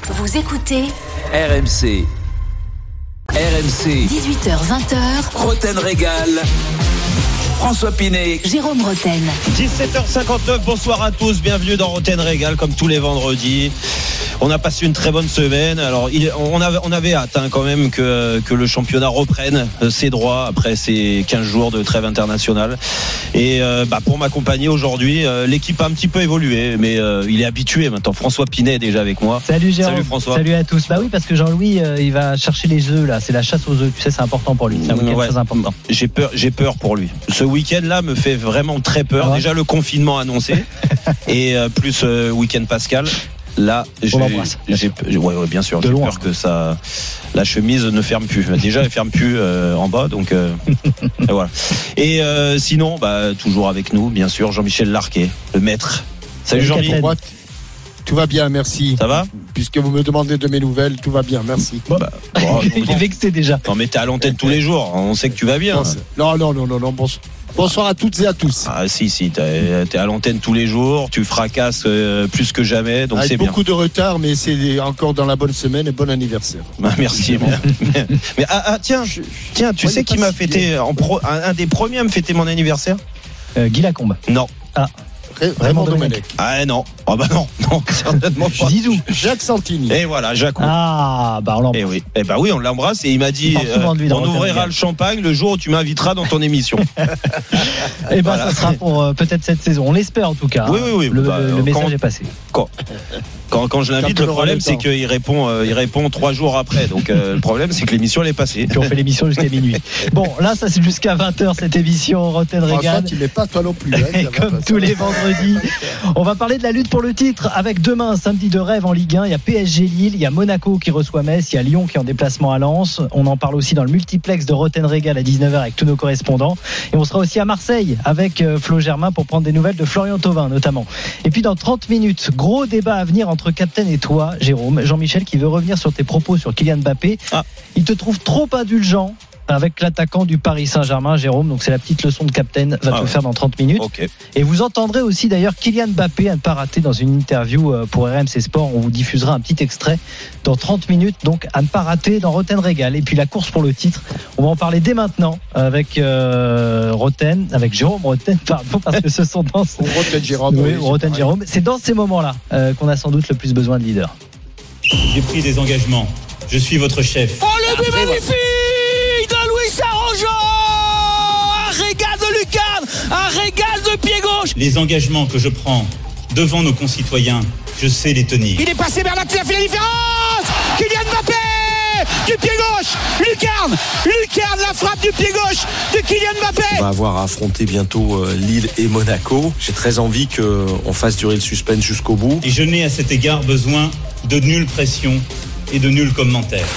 Vous écoutez RMC. 18h-20h. Roten Régal. François Pinet, Jérôme Roten. 17h59, bonsoir à tous, bienvenue dans Roten Régal comme tous les vendredis. On a passé une très bonne semaine. Alors, on avait hâte quand même que le championnat reprenne ses droits après ces 15 jours de trêve internationale. Et pour m'accompagner aujourd'hui, l'équipe a un petit peu évolué, mais il est habitué maintenant. François Pinet est déjà avec moi. Salut Jérôme. Salut François. Salut à tous. Bah oui, parce que Jean-Louis, il va chercher les œufs là. C'est la chasse aux œufs. Tu sais, c'est important pour lui. C'est un week-end très important. J'ai peur pour lui. Ce week-end-là me fait vraiment très peur. Déjà le confinement annoncé et plus week-end Pascal. Là, j'ai peur que ça, la chemise ne ferme plus. Déjà, elle ferme plus en bas, donc et voilà. Et sinon, toujours avec nous, bien sûr, Jean-Michel Larquet, le maître. Salut Jean-Michel. Tout va bien, merci. Ça va ? Puisque vous me demandez de mes nouvelles, tout va bien, merci. Il est vexé déjà. Non, mais t'es à l'antenne tous les jours. On sait que tu vas bien. Non. Bonsoir à toutes et à tous. Ah si, t'es à l'antenne tous les jours, tu fracasses plus que jamais, donc avec c'est bien. Beaucoup de retard, mais c'est encore dans la bonne semaine et bon anniversaire. Merci. Mais tiens, tu sais qui m'a fêté un des premiers à me fêter mon anniversaire ? Guy Lacombe. Non. Raymond Domenech. Ah non. Ah non, certainement pas. Zizou. Jacques Santini. Et voilà, Jacques. Ah, on l'embrasse. Oui, on l'embrasse et il m'a dit on ouvrira le champagne le jour où tu m'inviteras dans ton émission. Ça sera pour peut-être cette saison. On l'espère en tout cas. Oui. Le message est passé. Quand je l'invite, le problème c'est qu'il répond 3 jours après. Donc le problème c'est que l'émission elle est passée. Puis on fait l'émission jusqu'à minuit. Bon, là ça c'est jusqu'à 20h cette émission Roten Régal. François, tu n'es pas toi non plus. Et comme tous les vendredis, on va parler de la lutte pour le titre avec demain un samedi de rêve en Ligue 1. Il y a PSG Lille, il y a Monaco qui reçoit Metz, il y a Lyon qui est en déplacement à Lens. On en parle aussi dans le multiplex de Roten Régal à 19h avec tous nos correspondants. Et on sera aussi à Marseille avec Flo Germain pour prendre des nouvelles de Florian Thauvin notamment. Et puis dans 30 minutes, gros débat à venir entre Captain et toi, Jérôme. Jean-Michel qui veut revenir sur tes propos sur Kylian Mbappé. Il te trouve trop indulgent avec l'attaquant du Paris Saint-Germain, Jérôme. Donc c'est la petite leçon de Captain va te faire dans 30 minutes. Okay. Et vous entendrez aussi d'ailleurs Kylian Mbappé à ne pas rater dans une interview pour RMC Sport. On vous diffusera un petit extrait dans 30 minutes, donc à ne pas rater dans Roten Régal. Et puis la course pour le titre, on va en parler dès maintenant avec Jérôme Roten, pardon, parce que ce sont dans Roten Jérôme. C'est dans ces moments-là qu'on a sans doute le plus besoin de leader. J'ai pris des engagements. Je suis votre chef. Oh le but magnifique de Luis Araujo, un régal de lucarne, un régal de pied gauche. Les engagements que je prends devant nos concitoyens, je sais les tenir. Il est passé vers la fait la différence. Kylian Mbappé du pied gauche, lucarne, la frappe du pied gauche de Kylian Mbappé. On va avoir à affronter bientôt Lille et Monaco. J'ai très envie qu'on fasse durer le suspense jusqu'au bout. Et je n'ai à cet égard besoin de nulle pression et de nul commentaire.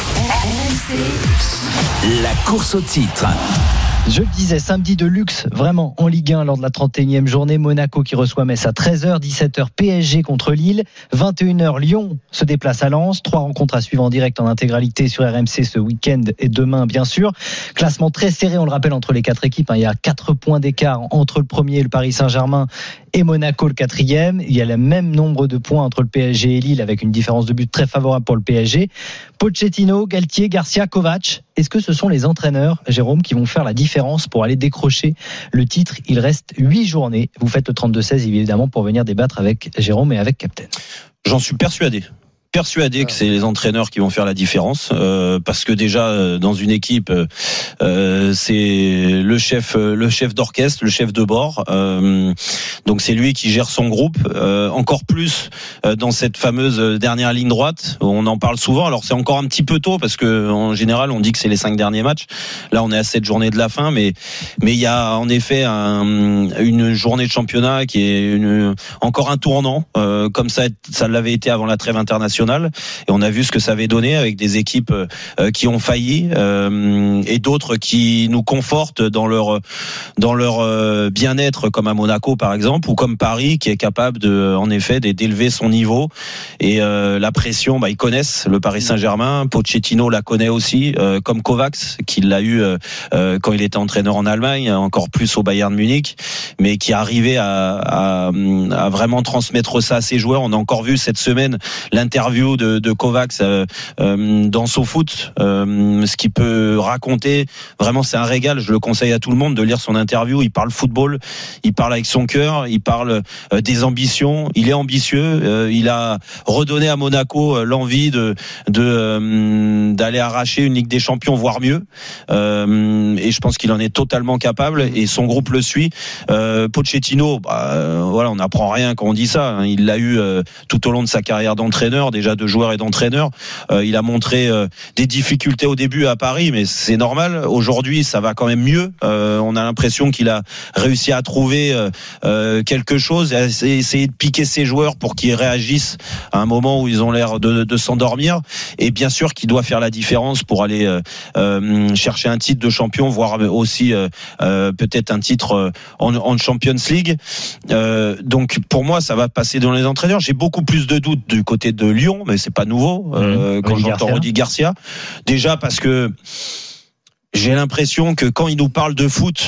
La course au titre. Je le disais, samedi de luxe, vraiment, en Ligue 1 lors de la 31e journée. Monaco qui reçoit Metz à 13h, 17h PSG contre Lille, 21h Lyon se déplace à Lens. 3 rencontres à suivre en direct en intégralité sur RMC ce week-end et demain bien sûr. Classement très serré, on le rappelle, entre les 4 équipes. Il y a 4 points d'écart entre le premier, le Paris Saint-Germain, et Monaco le 4e. Il y a le même nombre de points entre le PSG et Lille avec une différence de but très favorable pour le PSG. Pochettino, Galtier, Garcia, Kovac. Est-ce que ce sont les entraîneurs, Jérôme, qui vont faire la différence pour aller décrocher le titre ? Il reste 8 journées. Vous faites le 32-16 évidemment pour venir débattre avec Jérôme et avec Captain. J'en suis persuadé que c'est les entraîneurs qui vont faire la différence parce que déjà dans une équipe c'est le chef d'orchestre, le chef de bord, donc c'est lui qui gère son groupe encore plus dans cette fameuse dernière ligne droite. On en parle souvent, alors c'est encore un petit peu tôt parce que en général on dit que c'est les 5 derniers matchs. Là on est à 7 journées de la fin, mais il y a en effet une journée de championnat qui est encore un tournant comme ça l'avait été avant la trêve internationale. Et on a vu ce que ça avait donné avec des équipes qui ont failli et d'autres qui nous confortent dans leur bien-être, comme à Monaco par exemple, ou comme Paris qui est capable en effet d'élever son niveau. Et la pression, ils connaissent le Paris Saint-Germain. Pochettino la connaît aussi, comme Kovacs qui l'a eu quand il était entraîneur en Allemagne, encore plus au Bayern Munich, mais qui est arrivé à vraiment transmettre ça à ses joueurs. On a encore vu cette semaine l'interview interviews de Kovacs dans SoFoot, ce qu'il peut raconter, vraiment c'est un régal. Je le conseille à tout le monde de lire son interview. Il parle football, il parle avec son cœur, il parle des ambitions. Il est ambitieux. Il a redonné à Monaco l'envie d'aller arracher une Ligue des Champions, voire mieux. Et je pense qu'il en est totalement capable. Et son groupe le suit. Pochettino, voilà, on n'apprend rien quand on dit ça. Hein. Il l'a eu tout au long de sa carrière d'entraîneur, déjà de joueur et d'entraîneur. Il a montré des difficultés au début à Paris, mais c'est normal. Aujourd'hui, ça va quand même mieux. On a l'impression qu'il a réussi à trouver quelque chose, à essayer de piquer ses joueurs pour qu'ils réagissent à un moment où ils ont l'air de s'endormir. Et bien sûr qu'il doit faire la différence pour aller chercher un titre de champion, voire aussi peut-être un titre en Champions League. Donc pour moi, ça va passer dans les entraîneurs. J'ai beaucoup plus de doutes du côté de Lyon, mais c'est pas nouveau quand j'entends Rudy Garcia. Déjà parce que j'ai l'impression que quand il nous parle de foot,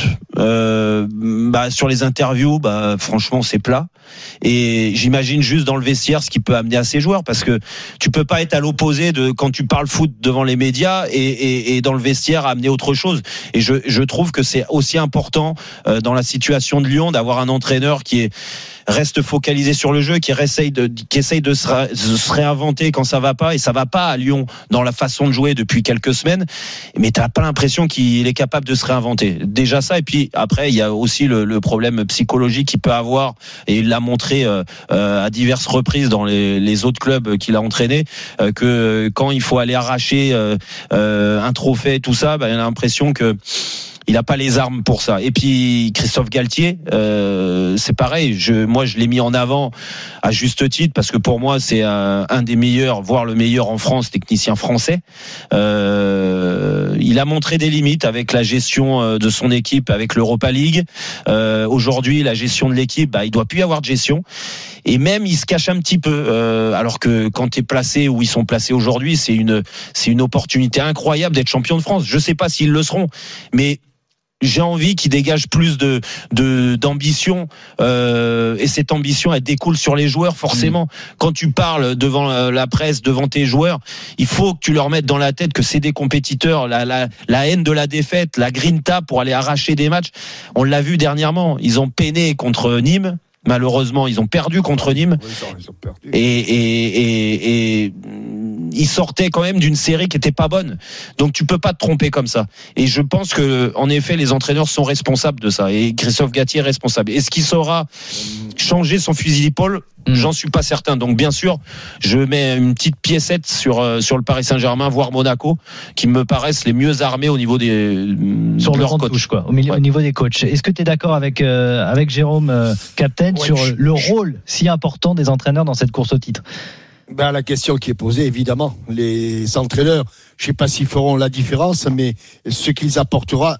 sur les interviews, franchement, c'est plat. Et j'imagine juste dans le vestiaire ce qui peut amener à ses joueurs, parce que tu peux pas être à l'opposé de quand tu parles foot devant les médias et dans le vestiaire amener autre chose. Et je trouve que c'est aussi important dans la situation de Lyon d'avoir un entraîneur qui reste focalisé sur le jeu, qui essaye de se réinventer quand ça va pas, et ça va pas à Lyon dans la façon de jouer depuis quelques semaines, mais t'as pas l'impression qu'il est capable de se réinventer. Déjà ça, et puis après il y a aussi le problème psychologique qu'il peut avoir, et il l'a montré à diverses reprises dans les autres clubs qu'il a entraînés, que quand il faut aller arracher un trophée, tout ça, il a l'impression que il n'a pas les armes pour ça. Et puis Christophe Galtier, c'est pareil. Moi, je l'ai mis en avant à juste titre parce que pour moi, c'est un des meilleurs, voire le meilleur en France, technicien français. Il a montré des limites avec la gestion de son équipe, avec l'Europa League. Aujourd'hui, la gestion de l'équipe, il doit plus y avoir de gestion. Et même, il se cache un petit peu. Alors que quand tu es placé où ils sont placés aujourd'hui, c'est une opportunité incroyable d'être champion de France. Je sais pas s'ils le seront, mais j'ai envie qu'il dégage plus d'ambition, et cette ambition, elle découle sur les joueurs forcément. Quand tu parles devant la presse, devant tes joueurs, il faut que tu leur mettes dans la tête que c'est des compétiteurs. La haine de la défaite, la grinta pour aller arracher des matchs. On l'a vu dernièrement, ils ont peiné contre Nîmes. Malheureusement, ils ont perdu contre Nîmes. Oui, ils ont perdu. Et ils sortaient quand même d'une série qui était pas bonne. Donc tu peux pas te tromper comme ça. Et je pense que, en effet, les entraîneurs sont responsables de ça. Et Christophe Galtier est responsable. Est-ce qu'il saura changer son fusil d'épaule? J'en suis pas certain. Donc bien sûr, je mets une petite piécette sur le Paris Saint-Germain, voire Monaco, qui me paraissent les mieux armés au niveau sur leur coach, quoi. Au niveau des coachs. Est-ce que tu es d'accord avec Jérôme, capitaine, sur le rôle si important des entraîneurs dans cette course au titre? La question qui est posée, évidemment, les entraîneurs, je sais pas s'ils feront la différence, mais ce qu'ils apporteront,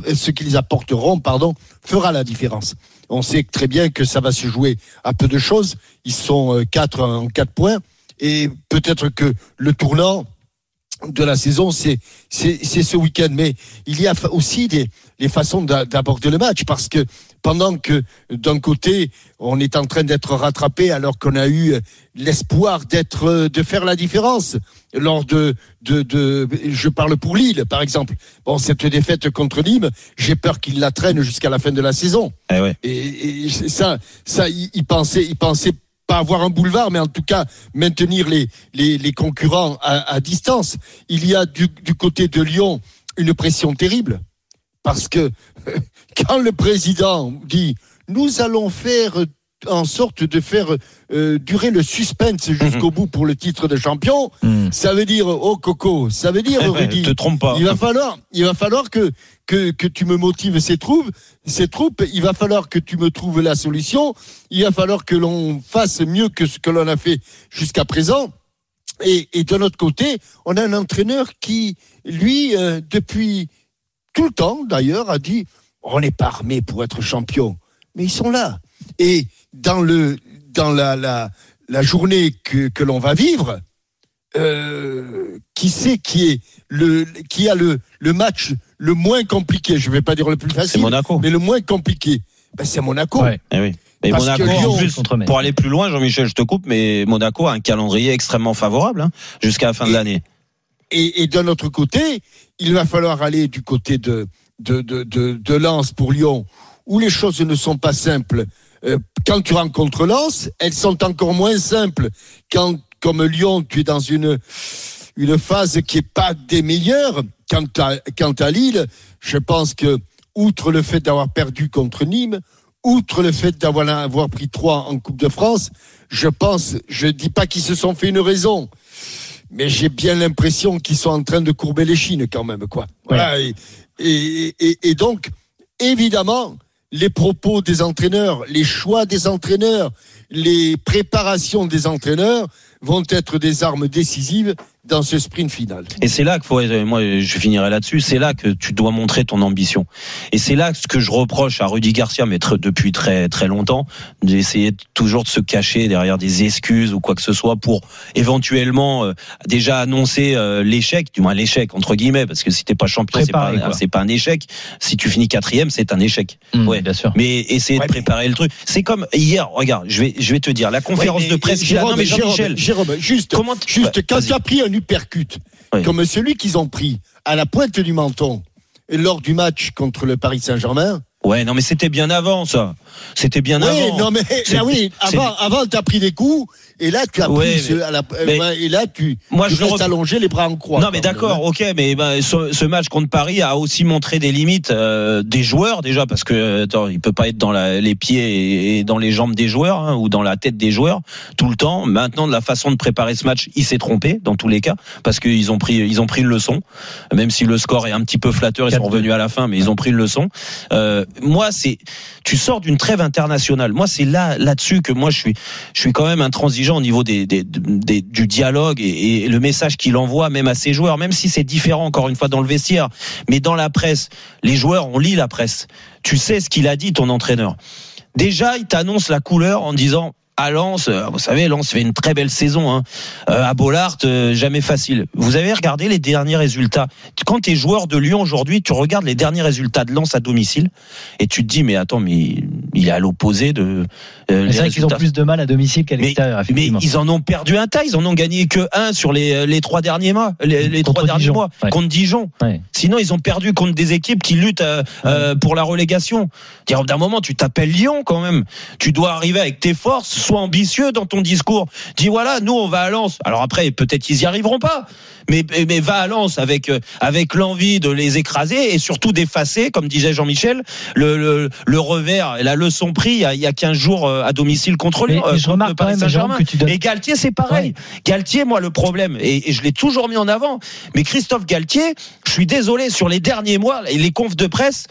fera la différence. On sait très bien que ça va se jouer à peu de choses. Ils sont 4 points, et peut-être que le tournant de la saison, c'est ce week-end. Mais il y a aussi les façons d'aborder le match, parce que pendant que d'un côté on est en train d'être rattrapé, alors qu'on a eu l'espoir de faire la différence lors de je parle pour Lille par exemple. Cette défaite contre Nîmes, j'ai peur qu'il la traîne jusqu'à la fin de la saison. Et ça il pensait pas avoir un boulevard, mais en tout cas maintenir les concurrents à distance. Il y a du côté de Lyon une pression terrible, parce que quand le président dit nous allons faire en sorte de faire durer le suspense jusqu'au bout pour le titre de champion, ça veut dire Coco, ça veut dire Rudy, te trompe pas. Il va falloir que tu me motives ces troupes, il va falloir que tu me trouves la solution, il va falloir que l'on fasse mieux que ce que l'on a fait jusqu'à présent. Et de notre côté, on a un entraîneur qui, lui, depuis tout le temps d'ailleurs, a dit on n'est pas armé pour être champion, mais ils sont là. Et dans la journée que l'on va vivre, qui a le match le moins compliqué, je ne vais pas dire le plus facile, c'est Monaco. Mais le moins compliqué, c'est Monaco. Ouais. Eh oui. Mais Parce Monaco, que Lyon, en plus, pour aller plus loin, Jean-Michel, je te coupe, mais Monaco a un calendrier extrêmement favorable jusqu'à la fin de l'année. Et d'un autre côté, il va falloir aller du côté de Lens pour Lyon, où les choses ne sont pas simples. Quand tu rencontres Lens, elles sont encore moins simples. Quand, comme Lyon, tu es dans une phase qui est pas des meilleures. Quant à Lille, je pense que, outre le fait d'avoir perdu contre Nîmes, outre le fait d'avoir pris 3 en Coupe de France, je dis pas qu'ils se sont fait une raison, mais j'ai bien l'impression qu'ils sont en train de courber les chines quand même, quoi. Voilà. Et donc, évidemment, les propos des entraîneurs, les choix des entraîneurs, les préparations des entraîneurs vont être des armes décisives dans ce sprint final. Et c'est là moi je finirai là-dessus, c'est là que tu dois montrer ton ambition. Et c'est là ce que je reproche à Rudy Garcia, mais depuis très très longtemps, d'essayer toujours de se cacher derrière des excuses ou quoi que ce soit pour éventuellement déjà annoncer l'échec, du moins l'échec entre guillemets, parce que si t'es pas champion, c'est pas un échec. Si tu finis 4e, c'est un échec. Ouais, bien sûr. Mais essayer de préparer le truc. C'est comme hier, regarde, je vais te dire, la conférence de presse. Jérôme, juste quand tu as pris un uppercut comme celui qu'ils ont pris à la pointe du menton lors du match contre le Paris Saint-Germain. Ouais, non, mais c'était bien avant, ça. C'était bien avant. Non, mais avant, t'as pris des coups, et là, tu as et là, tu restes allongé les bras en croix. Non, mais d'accord, ok, mais ce match contre Paris a aussi montré des limites des joueurs, déjà, parce que, il peut pas être dans les pieds et dans les jambes des joueurs, ou dans la tête des joueurs, tout le temps. Maintenant, de la façon de préparer ce match, il s'est trompé, dans tous les cas, parce qu'ils ont pris une leçon, même si le score est un petit peu flatteur, ils sont revenus à la fin, mais ils ont pris une leçon. Moi, tu sors d'une trêve internationale. Moi, c'est là-dessus que moi je suis quand même intransigeant au niveau du dialogue et le message qu'il envoie même à ses joueurs, même si c'est différent encore une fois dans le vestiaire, mais dans la presse, les joueurs, on lit la presse. Tu sais ce qu'il a dit, ton entraîneur. Déjà, il t'annonce la couleur en disant à Lens, vous savez, Lens fait une très belle saison, à Bollaert, jamais facile. Vous avez regardé les derniers résultats. Quand tu es joueur de Lyon aujourd'hui, tu regardes les derniers résultats de Lens à domicile et tu te dis, mais attends, mais il est à l'opposé de c'est vrai qu'ils ont plus de mal à domicile qu'à l'extérieur, effectivement. Mais ils en ont perdu un tas, ils en ont gagné que 1 sur les 3 derniers mois, les 3 derniers mois, contre Dijon. Ouais. Sinon, ils ont perdu contre des équipes qui luttent pour la relégation. D'un moment, tu t'appelles Lyon quand même. Tu dois arriver avec tes forces, sois ambitieux dans ton discours. Dis voilà, nous on va à Lens. Alors après, peut-être qu'ils y arriveront pas. Mais va à Lens avec l'envie de les écraser et surtout d'effacer, comme disait Jean-Michel, le revers et la leçon prise il y a 15 jours à domicile contre Lyon. Je remarque quand même, Saint-Germain. Et Galtier, c'est pareil. Ouais. Galtier, moi, le problème, et je l'ai toujours mis en avant, mais Christophe Galtier, je suis désolé, sur les derniers mois, les confs de presse,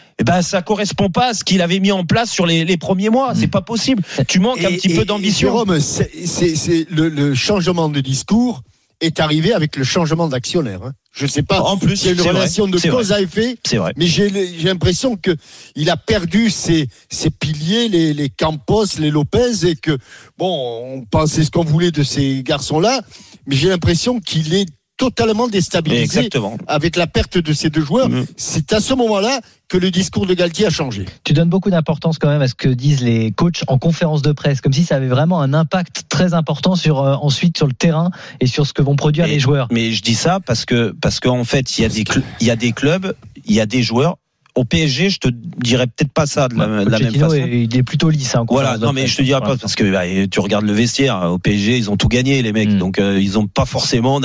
ça correspond pas à ce qu'il avait mis en place sur les premiers mois. C'est pas possible. Tu manques un petit peu d'ambition. Jérôme, c'est le changement de discours est arrivé avec le changement d'actionnaire. Je sais pas. En plus, c'est une relation de cause à effet. C'est vrai. Mais j'ai l'impression que il a perdu ses piliers, les Campos, les Lopez, et que on pensait ce qu'on voulait de ces garçons-là, mais j'ai l'impression qu'il est totalement déstabilisé. Exactement. Avec la perte de ces deux joueurs. C'est à ce moment-là que le discours de Galtier a changé. Tu donnes beaucoup d'importance quand même à ce que disent les coachs en conférence de presse, comme si ça avait vraiment un impact très important ensuite sur le terrain et sur ce que vont produire les joueurs. Mais je dis ça parce que en fait, il y a des clubs, il y a des joueurs. Au PSG, je te dirais peut-être pas ça de la même façon. Il est plutôt lisse. Voilà, non mais je te dirais pas parce que tu regardes le vestiaire. Au PSG, ils ont tout gagné les mecs, donc ils ont pas forcément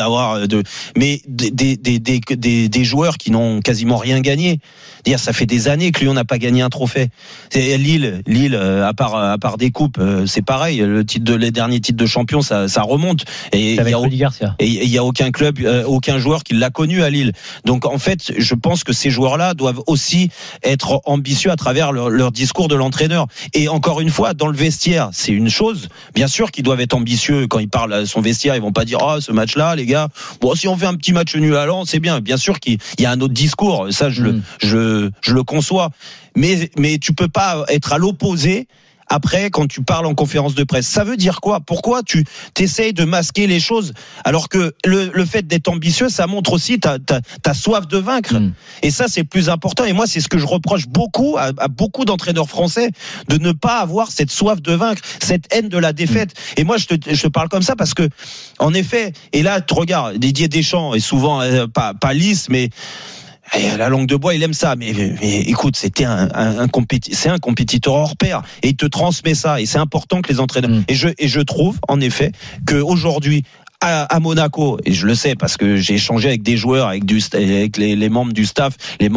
mais des joueurs qui n'ont quasiment rien gagné. Dire ça fait des années que Lyon n'a pas gagné un trophée. C'est Lille à part des coupes, c'est pareil. Les derniers titres de champion, ça remonte. Et il y a aucun club, aucun joueur qui l'a connu à Lille. Donc en fait, je pense que ces joueurs-là doivent aussi être ambitieux à travers leur discours de l'entraîneur. Et encore une fois, dans le vestiaire, c'est une chose. Bien sûr qu'ils doivent être ambitieux quand ils parlent à son vestiaire. Ils vont pas dire ce match-là, les gars. Bon, si on fait un petit match nul à Lens, c'est bien. Bien sûr qu'il y a un autre discours. Ça, je le conçois. Mais tu peux pas être à l'opposé après quand tu parles en conférence de presse. Ça veut dire quoi? Pourquoi tu t'essayes de masquer les choses alors que le fait d'être ambitieux, ça montre aussi ta soif de vaincre. Et ça, c'est plus important. Et moi, c'est ce que je reproche beaucoup à beaucoup d'entraîneurs français, de ne pas avoir cette soif de vaincre, cette haine de la défaite. Et moi, je te parle comme ça parce que, en effet, et là, tu regardes, Didier Deschamps est souvent pas lisse, mais la langue de bois, il aime ça. Mais écoute, c'est un compétiteur hors pair et il te transmet ça. Et c'est important que les entraîneurs. Et je trouve, en effet, que aujourd'hui, à Monaco, et je le sais parce que j'ai échangé avec des joueurs, avec les membres du staff,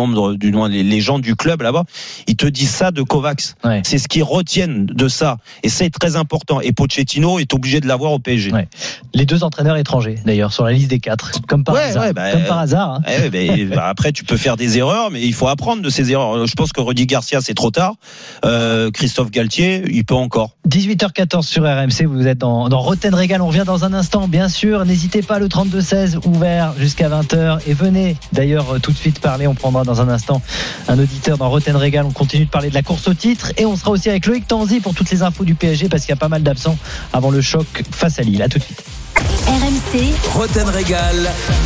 les gens du club là-bas, ils te disent ça de Kovacs. Ouais. C'est ce qu'ils retiennent de ça, et c'est très important. Et Pochettino est obligé de l'avoir au PSG. Ouais. Les 2 entraîneurs étrangers, d'ailleurs, sur la liste des 4, comme par hasard. Comme par hasard. Hein. Après, tu peux faire des erreurs, mais il faut apprendre de ces erreurs. Je pense que Rudy Garcia, c'est trop tard. Christophe Galtier, il peut encore. 18h14 sur RMC, vous êtes dans Roten Régal. On revient dans un instant, bien sûr. N'hésitez pas, le 32-16 ouvert jusqu'à 20h. Et venez d'ailleurs tout de suite parler. On prendra dans un instant un auditeur dans Roten Régal. On continue de parler de la course au titre. Et on sera aussi avec Loïc Tanzi pour toutes les infos du PSG, parce qu'il y a pas mal d'absents avant le choc face à Lille. À tout de suite. RMC Roten Régal,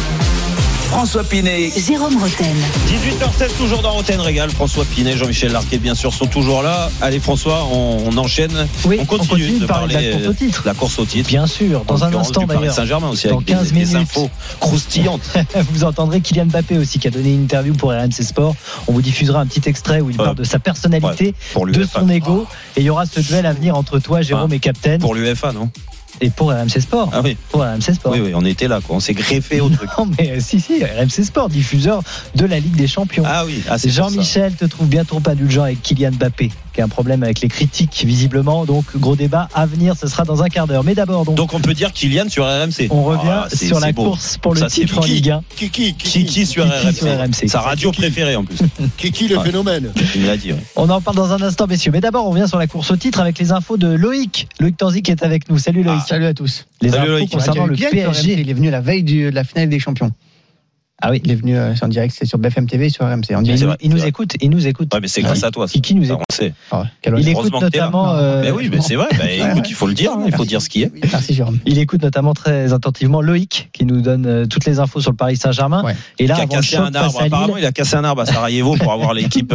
François Pinet, Jérôme Roten. 18h16, toujours dans Roten Régal. François Pinet, Jean-Michel Larquet, bien sûr, sont toujours là. Allez, François, on enchaîne. Oui, on continue de parler de la course au titre. La course au titre. Bien sûr, dans un instant d'ailleurs. Paris Saint-Germain aussi, dans avec 15 des minutes. infos croustillantes. Vous entendrez Kylian Mbappé aussi, qui a donné une interview pour RMC Sport. On vous diffusera un petit extrait où il parle de sa personnalité, de son ego. Et il y aura ce duel à venir entre toi, Jérôme, et Captain. Pour l'UEFA, non? Et pour RMC Sport. Ah oui. Pour RMC Sport. Oui, on était là, quoi. On s'est greffé au truc. Non, mais si, RMC Sport, diffuseur de la Ligue des Champions. Ah oui, c'est Jean-Michel te trouve bien trop indulgent avec Kylian Mbappé, qui a un problème avec les critiques, visiblement. Donc, gros débat à venir, ce sera dans un quart d'heure. Mais d'abord, donc on peut dire Kylian sur RMC. On revient sur la course pour le titre en Ligue 1. Kiki sur RMC. Sa radio préférée, en plus. Kiki, le phénomène. Il me l'a dit, ouais. On en parle dans un instant, messieurs. Mais d'abord, on revient sur la course au titre avec les infos de Loïc Tanzi qui est avec nous. Salut Loïc. Salut à tous. Les infos concernant le PSG. Il est venu la veille de la finale des champions. Ah oui. Il est venu en direct, c'est sur BFM TV, sur RMC. Il nous écoute. Ouais, mais c'est grâce à toi. Qui nous écoute. Il écoute notamment. Mais oui, mais c'est vrai. Écoute, il faut le dire. Il faut dire ce qui est. Merci Jérôme. Il écoute notamment très attentivement Loïc, qui nous donne toutes les infos sur le Paris Saint-Germain. Ouais. Et là, il a cassé un arbre. Apparemment, il a cassé un arbre à Sarajevo pour avoir l'équipe.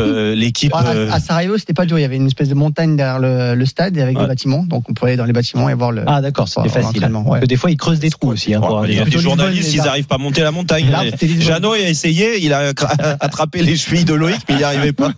À Sarajevo, c'était pas dur. Il y avait une espèce de montagne derrière le stade avec des bâtiments. Donc on pouvait aller dans les bâtiments et voir le. Ah d'accord, c'était facile. Parce que des fois, ils creusent des trous aussi. Il y a des journalistes, ils n'arrivent pas à monter la montagne. Jeannot a essayé, il a attrapé les chevilles de Loïc, mais il n'y arrivait pas.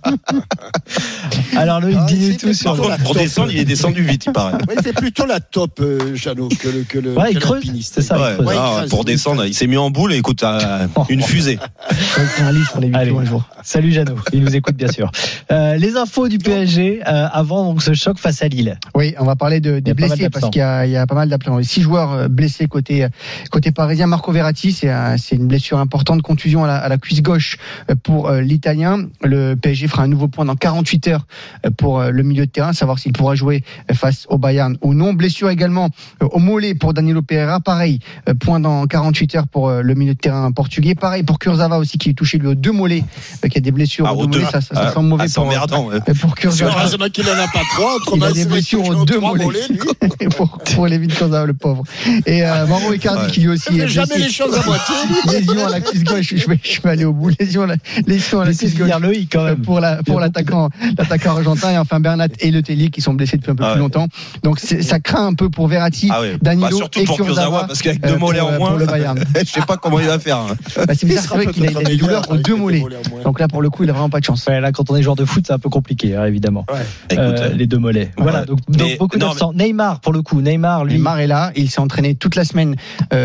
Alors Loïc, dis-nous tout sur. Par contre, pour descendre, il est descendu vite, il paraît. Oui, c'est plutôt la top, Jeannot, que le. Ouais, il creuse, c'est ça. Pour descendre, il s'est mis en boule et écoute, une fusée. Un livre sur les vidéos un jour. Salut Jeannot, il nous écoute bien sûr. Les infos du PSG avant donc ce choc face à Lille. Oui, on va parler des blessés parce qu'il y a pas mal d'absents. 6 joueurs blessés côté parisien. Marco Verratti, c'est une blessure importante, contusion à la cuisse gauche pour l'Italien. Le PSG fera un nouveau point dans 48 heures pour le milieu de terrain, savoir s'il pourra jouer face au Bayern ou non. Blessure également au mollet pour Danilo Pereira, pareil, point dans 48 heures pour le milieu de terrain portugais. Pareil pour Kurzawa aussi, qui est touché lui aux 2 mollets, qui a des blessures aux 2 mollets, ça sent mauvais pour Kurzawa. Heureusement qu'il n'en a pas 3, il a des blessures aux 2 mollets pour Lévin Kurzawa, le pauvre. Et Mauro Icardi qui lui aussi est jamais les choses à moitié. Lésion à la cuisse gauche, je vais aller au bout. Lésion à la cuisse gauche Loïc, quand même. pour l'attaquant argentin, et enfin Bernat et Letellier qui sont blessés depuis un peu plus longtemps. Donc ça craint un peu pour Verratti, Danilo et Kurzawa, parce qu'avec 2 mollets en moins pour le Bayern. Je sais pas comment il va faire. C'est bizarre, c'est vrai qu'il a des douleurs aux 2 mollets. Donc là pour le coup, il a vraiment pas de chance. Ouais, là quand on est joueur de foot, c'est un peu compliqué évidemment. Les 2 mollets. Voilà, donc beaucoup d'absents. Neymar pour le coup, Neymar est là, il s'est entraîné toute la semaine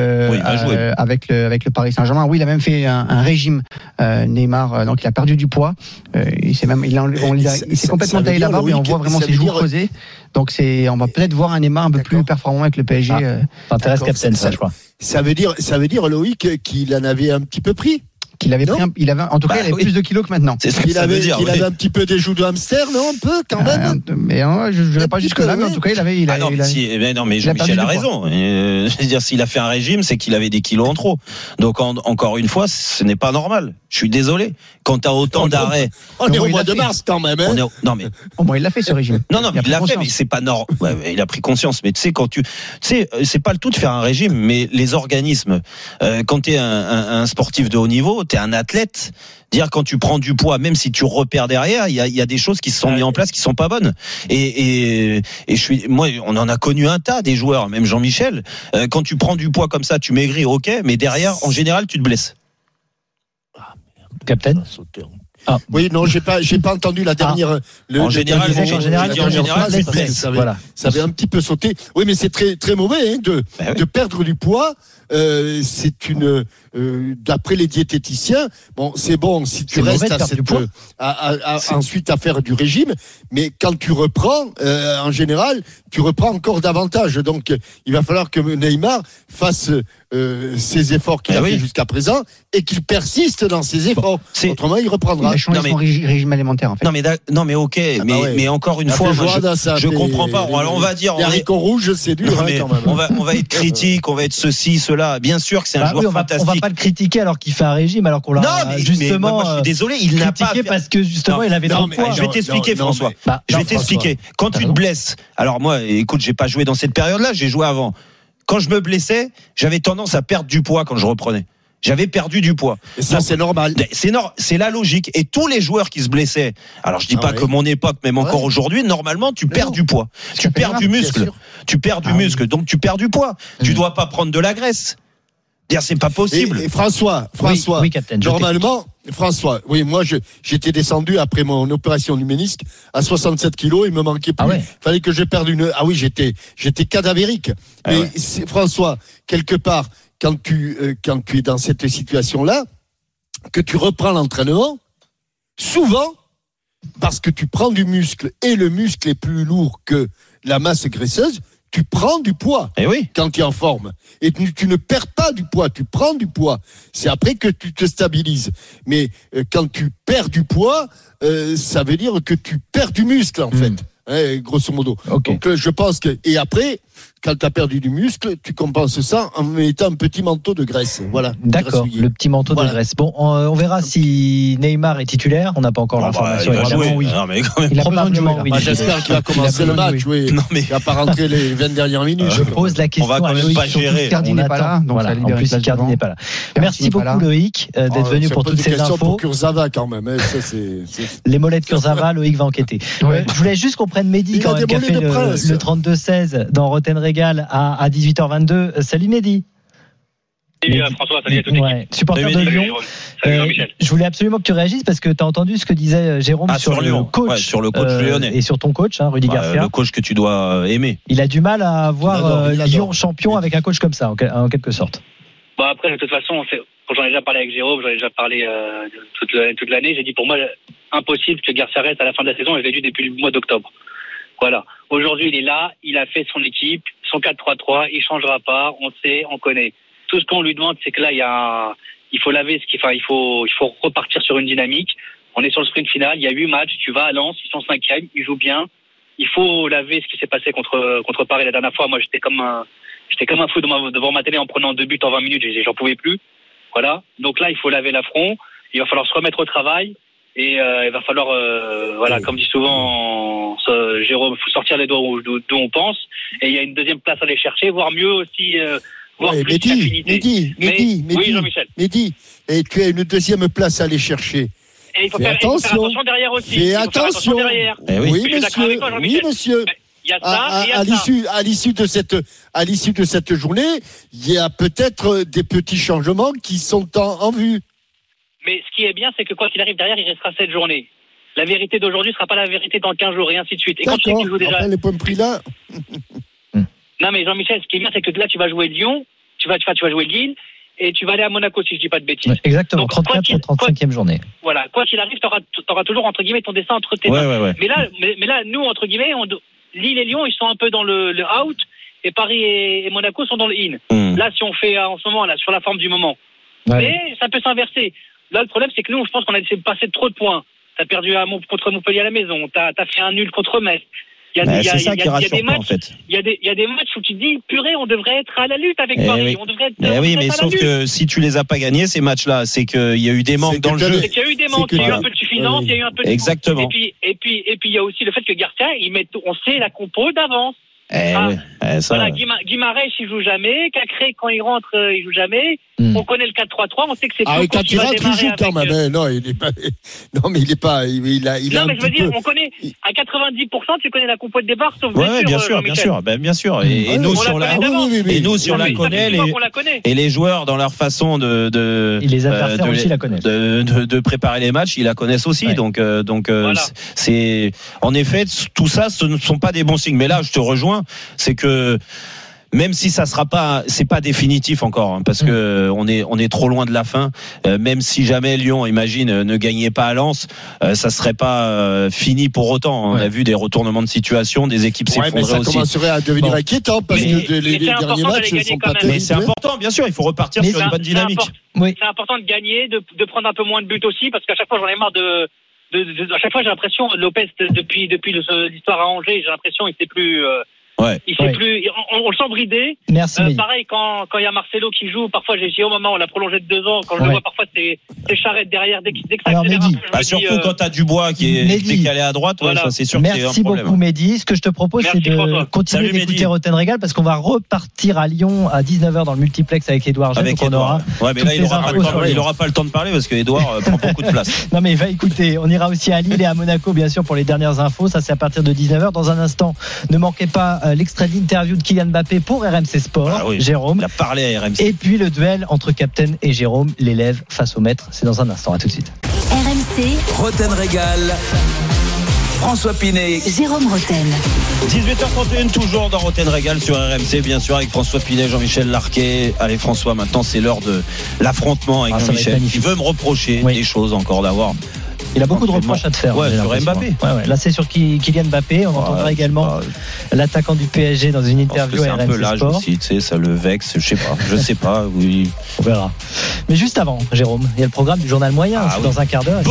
avec le Paris Saint-Germain. Oui, il a même fait un régime Neymar, donc il a perdu du poids. Il s'est complètement taillé la barbe et on voit vraiment ses joues creusées. Donc on va peut-être voir un Neymar un peu plus performant avec le PSG. Ça intéresse Captain, ça je crois. Ça veut dire Loïc qu'il en avait un petit peu pris. qu'il avait pris il avait en tout cas il avait plus de kilos que maintenant. C'est ce que ça veut dire. Il avait un petit peu des joues de hamster, non, un peu quand même. Mais je ne vais pas jusque là, mais en tout cas il avait. Non, mais Jean-Michel a raison. Je veux dire, s'il a fait un régime, c'est qu'il avait des kilos en trop. Donc encore une fois, ce n'est pas normal. Je suis désolé. Quand t'as autant d'arrêts, on est au mois de mars quand même. Hein. Non mais au moins il l'a fait ce régime. Non, mais il l'a fait, mais c'est pas normal. Ouais, il a pris conscience. Mais tu sais, c'est pas le tout de faire un régime, mais les organismes, quand t'es un sportif de haut niveau, t'es un athlète. Dire quand tu prends du poids, même si tu repères derrière, il y a des choses qui se sont mises en place qui sont pas bonnes. Et on en a connu un tas des joueurs, même Jean-Michel. Quand tu prends du poids comme ça, tu maigris, ok, mais derrière, en général, tu te blesses. Captain. Oui, non, j'ai pas entendu la dernière. En général, tu te blesses. Voilà. Ça avait un petit peu sauté. Oui, mais c'est très très mauvais de perdre du poids. C'est d'après les diététiciens, bon, c'est bon si tu restes ensuite à faire du régime, mais quand tu reprends, en général, tu reprends encore davantage. Donc, il va falloir que Neymar fasse ses efforts qu'il a fait jusqu'à présent et qu'il persiste dans ses efforts. Autrement, il reprendra. Il a changé son régime alimentaire, en fait. Mais ok, mais encore une fois, je comprends pas. Alors, on va dire, les haricots rouges, c'est dur, quand même. On va être critique, on va être ceci, cela. Bien sûr que c'est un joueur fantastique. On va pas le critiquer alors qu'il fait un régime, alors qu'on l'a justement. Moi, je suis désolé, il n'a pas critiqué parce que justement il avait trop de poids. Je vais t'expliquer, François. Je vais t'expliquer. Quand tu te blesses, alors moi, écoute, j'ai pas joué dans cette période-là, j'ai joué avant. Quand je me blessais, j'avais tendance à perdre du poids quand je reprenais. J'avais perdu du poids. Et ça, c'est normal. C'est la logique. Et tous les joueurs qui se blessaient, alors je dis pas que mon époque, même encore aujourd'hui, normalement, tu perds du poids. Tu perds du muscle. Tu perds du muscle. Donc tu perds du poids. Tu dois pas prendre de la graisse. C'est pas possible. Et François, oui, Captain, normalement, François, oui, moi j'étais descendu après mon opération du ménisque à 67 kilos, il me manquait plus. Fallait que je perde j'étais cadavérique. Mais François, quelque part, quand tu es dans cette situation-là, que tu reprends l'entraînement, souvent, parce que tu prends du muscle et le muscle est plus lourd que la masse graisseuse, tu prends du poids quand tu es en forme. Et tu ne perds pas du poids, tu prends du poids. C'est après que tu te stabilises. Mais quand tu perds du poids, ça veut dire que tu perds du muscle, en fait. Grosso modo. Okay. Donc je pense que... Et après, quand tu as perdu du muscle, tu compenses ça en mettant un petit manteau de graisse. Voilà. D'accord, le petit manteau de graisse. Bon, on verra si Neymar est titulaire. On n'a pas encore l'information. Il va jouer. Oui. Non, mais quand même. Il a probablement oui. J'espère qu'il va commencer le match. Oui. Non, mais... Il va pas rentrer les 20 dernières minutes. Je pose la question à Loïc. Pas gérer. Icardi n'est pas là. Donc voilà. En plus, Icardi n'est pas là. Merci beaucoup, Loïc, d'être venu pour toutes ces infos. Pour Kurzawa, quand même. Les mollets de Kurzawa, Loïc va enquêter. Je voulais juste qu'on prenne Mehdi quand même, qui a fait le 32-16 dans Roten Régal à 18h22. Salut Mehdi. Salut François, salut à toute l'équipe. Supporter de Lyon. Salut Jean-Michel. Je voulais absolument que tu réagisses parce que tu as entendu ce que disait Jérôme sur Lyon. Le coach, sur le coach lyonnais. Et sur ton coach, Rudy Garcia. Le coach que tu dois aimer. Il a du mal à voir Lyon champion avec un coach comme ça, en quelque sorte. Bon, après, de toute façon, quand j'en ai déjà parlé avec Jérôme, j'en ai déjà parlé toute l'année, j'ai dit pour moi, impossible que Garcia reste à la fin de la saison, et je l'ai dit depuis le mois d'octobre. Voilà. Aujourd'hui, il est là, il a fait son équipe, son 4-3-3, il changera pas, on sait, on connaît. Tout ce qu'on lui demande, c'est que là, il faut laver il faut repartir sur une dynamique. On est sur le sprint final, il y a 8 matchs, tu vas à Lens, ils sont 5e, ils jouent bien. Il faut laver ce qui s'est passé contre Paris la dernière fois. Moi, j'étais comme un fou devant ma télé en prenant 2 buts en 20 minutes, j'en pouvais plus. Voilà. Donc là, il faut laver l'affront, il va falloir se remettre au travail. Et il va falloir, comme dit souvent Jérôme, il faut sortir les doigts d'où on pense. Et il y a une deuxième place à aller chercher, voire mieux aussi, voire plus d'affinité. Oui, Jean-Michel. Mehdi, et tu as une deuxième place à aller chercher. Et il faut faire attention derrière aussi. Fais attention. Oui, monsieur. Il y a ça et il y a ça. À l'issue de cette journée, il y a peut-être des petits changements qui sont en vue. Mais ce qui est bien, c'est que quoi qu'il arrive derrière, il restera 7 journées. La vérité d'aujourd'hui ne sera pas la vérité dans 15 jours et ainsi de suite. Et quand tu sais qu'il joue déjà... les points pris là. Non mais Jean-Michel, ce qui est bien, c'est que là tu vas jouer Lyon, tu vas jouer Lille et tu vas aller à Monaco si je dis pas de bêtises. Exactement, 34 et 35e journée. Voilà, quoi qu'il arrive, t'auras toujours entre guillemets ton dessin entre tes mains. Ouais. Mais là, nous entre guillemets, Lille et Lyon, ils sont un peu dans le out et Paris et Monaco sont dans le in. Là, si on fait en ce moment là sur la forme du moment, mais ça peut s'inverser. Là, le problème, c'est que nous, je pense qu'on a laissé passer trop de points. T'as perdu contre Montpellier à la maison. T'as fait un nul contre Metz. C'est ça qui rassure pas, en fait. Il y a des matchs où tu te dis, purée, on devrait être à la lutte avec Paris. On devrait être. Oui, mais sauf que si tu les as pas gagnés, ces matchs-là, c'est qu'il y a eu des manques dans le jeu. C'est qu'il y a eu des manques, il y a eu un peu de suffisance, il y a eu un peu de. Exactement. Et puis, il y a aussi le fait que Garcia, on sait la compo d'avance. Voilà, Guimarães, il joue jamais. Cacré, quand il rentre, il joue jamais. On connaît le 4-3-3. On sait que c'est quand il rentre, il joue quand même. Non, il est pas. Non, mais il est pas. Il a. Non, mais je veux dire, on connaît à 90%. Tu connais la compo de départ, sauf blessure. Bien sûr. Et nous, si on la connaît, et les joueurs dans leur façon de les adversaires aussi la connaissent. De préparer les matchs, ils la connaissent aussi. Ouais. Donc, c'est en effet tout ça, ce ne sont pas des bons signes. Mais là, je te rejoins. C'est que même si ça sera pas, c'est pas définitif encore, hein, parce que on est trop loin de la fin. Même si jamais Lyon, imagine, ne gagnait pas à Lens, ça serait pas fini pour autant. On a vu des retournements de situation, des équipes s'effondrer aussi. Ça commencerait à devenir inquiétant parce que les derniers matchs ne sont pas terribles. Mais c'est important, bien sûr. Il faut repartir sur une bonne dynamique. C'est important de gagner, de prendre un peu moins de buts aussi, parce qu'à chaque fois j'en ai marre à chaque fois j'ai l'impression Lopez depuis l'histoire à Angers, j'ai l'impression il sait plus. Il sait plus, on le sent bridé. Merci. Pareil quand il y a Marcelo qui joue, parfois j'ai dit au moment on l'a prolongé de 2 ans. Quand je le vois parfois c'est Charrette derrière dès que ça accélère un peu. Surtout quand t'as Dubois qui est décalé à droite, ça c'est sûr. Merci beaucoup Mehdi. Ce que je te propose c'est de continuer d'écouter Roten Régal parce qu'on va repartir à Lyon à 19h dans le multiplex avec Edouard Gène. Donc on aura. Ouais, mais là il aura pas le temps de parler parce que Edouard prend beaucoup de place. Non mais va écouter. On ira aussi à Lille et à Monaco bien sûr pour les dernières infos. Ça c'est à partir de 19h. Dans un instant, ne manquez pas l'extrait d'interview de Kylian Mbappé pour RMC Sport, Jérôme. Il a parlé à RMC. Et puis le duel entre Captain et Jérôme, l'élève face au maître. C'est dans un instant. À tout de suite. RMC. Roten Régal. François Pinet, Jérôme Roten. 18h31, toujours dans Roten Régal sur RMC, bien sûr, avec François Pinet, Jean-Michel Larquet. Allez François, maintenant c'est l'heure de l'affrontement avec Jean-Michel. Il veut me reprocher des choses encore d'avoir. Il a beaucoup de reproches à te faire. Sur Mbappé. Là, c'est sur Kylian Mbappé. On entendra également l'attaquant du PSG dans une interview à RMC Sport. C'est un peu l'âge aussi, tu sais, ça le vexe. Je sais pas. Oui. On verra. Mais juste avant, Jérôme, il y a le programme du Journal Moyen. C'est dans un quart d'heure.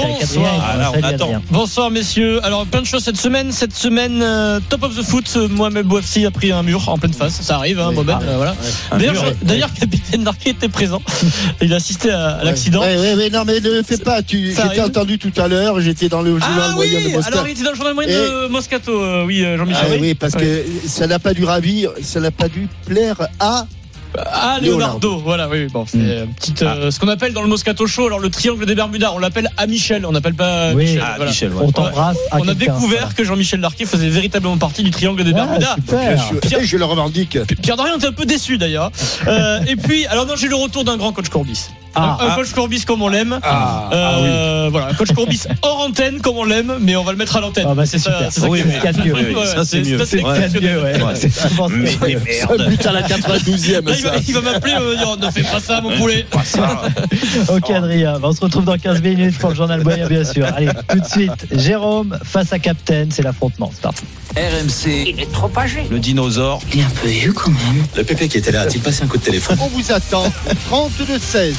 Bonsoir, messieurs. Alors, plein de choses cette semaine. Cette semaine, Top of the Foot, Mohamed Bouafsi a pris un mur en pleine face. Ça arrive, Mohamed. Voilà. D'ailleurs, capitaine Larquet était présent. Il a assisté à l'accident. Oui, non, mais ne fais pas. J'étais entendu tout à l'heure, j'étais dans le journal moyen de Moscato. Alors il était dans le journal moyen de Moscato, Jean-Michel. Oui, parce que ça n'a pas dû plaire à Leonardo. Voilà, oui, bon, c'est petite, ce qu'on appelle dans le Moscato Show, alors le triangle des Bermudas, on l'appelle à Michel, on n'appelle pas Michel. Voilà. Michel, on t'embrasse. On a découvert que Jean-Michel Larquet faisait véritablement partie du triangle des Bermudas. Je le revendique. Pierre Dorian était un peu déçu d'ailleurs. Et puis, alors non, j'ai eu le retour d'un grand coach Courbis. Un coach Courbis comme on l'aime. Voilà, un coach Courbis hors antenne comme on l'aime, mais on va le mettre à l'antenne. C'est super. Ça c'est mieux. C'est mieux. Un but à la 92e. Il va m'appeler, ne fais pas ça, mon poulet. Ok, Adrien, on se retrouve dans 15 minutes pour le journal moyen, bien sûr. Allez, tout de suite, Jérôme face à Captain, c'est l'affrontement. C'est parti. RMC. Il est trop âgé. Le dinosaure. Il est un peu vieux quand même. Le Pépé qui était là, a-t-il passé un coup de téléphone? On vous attend. 32-16.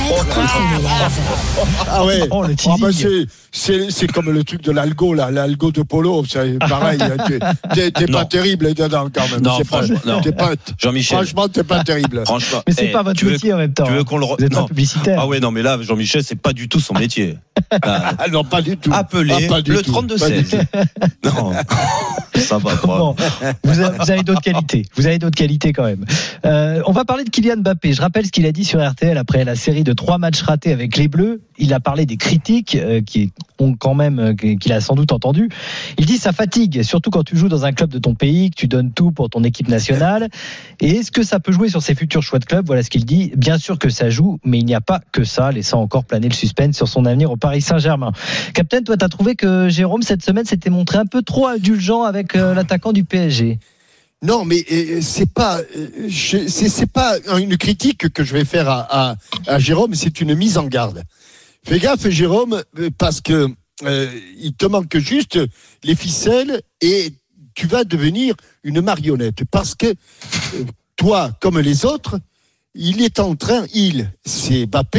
Ah ouais. Le teasing. C'est comme le truc de l'algo, là, l'algo de Polo. C'est pareil. T'es pas terrible dedans quand même. Non, franchement, Jean-Michel. Franchement, t'es pas terrible. Franchement. Mais c'est pas votre métier en même temps. Tu veux qu'on le Vous êtes pas publicitaire. Ah ouais, non, mais là, Jean-Michel, c'est pas du tout son métier. Non, pas du tout. Appelez le 32-16. Non. Ça va pas. Bon, vous avez d'autres qualités. Vous avez d'autres qualités quand même. On va parler de Kylian Mbappé. Je rappelle ce qu'il a dit sur RTL après la série de 3 matchs ratés avec les Bleus. Il a parlé des critiques qu'il a sans doute entendu. Il dit ça fatigue, surtout quand tu joues dans un club de ton pays, que tu donnes tout pour ton équipe nationale. Et est-ce que ça peut jouer sur ses futurs choix de club? Voilà ce qu'il dit. Bien sûr que ça joue, mais il n'y a pas que ça, laissant encore planer le suspense sur son avenir au Paris Saint-Germain. Captain, toi, t'as trouvé que Jérôme cette semaine s'était montré un peu trop indulgent avec l'attaquant du PSG? Non, mais c'est pas une critique que je vais faire à Jérôme, c'est une mise en garde. Fais gaffe, Jérôme, parce que il te manque juste les ficelles et tu vas devenir une marionnette. Parce que toi, comme les autres, c'est Mbappé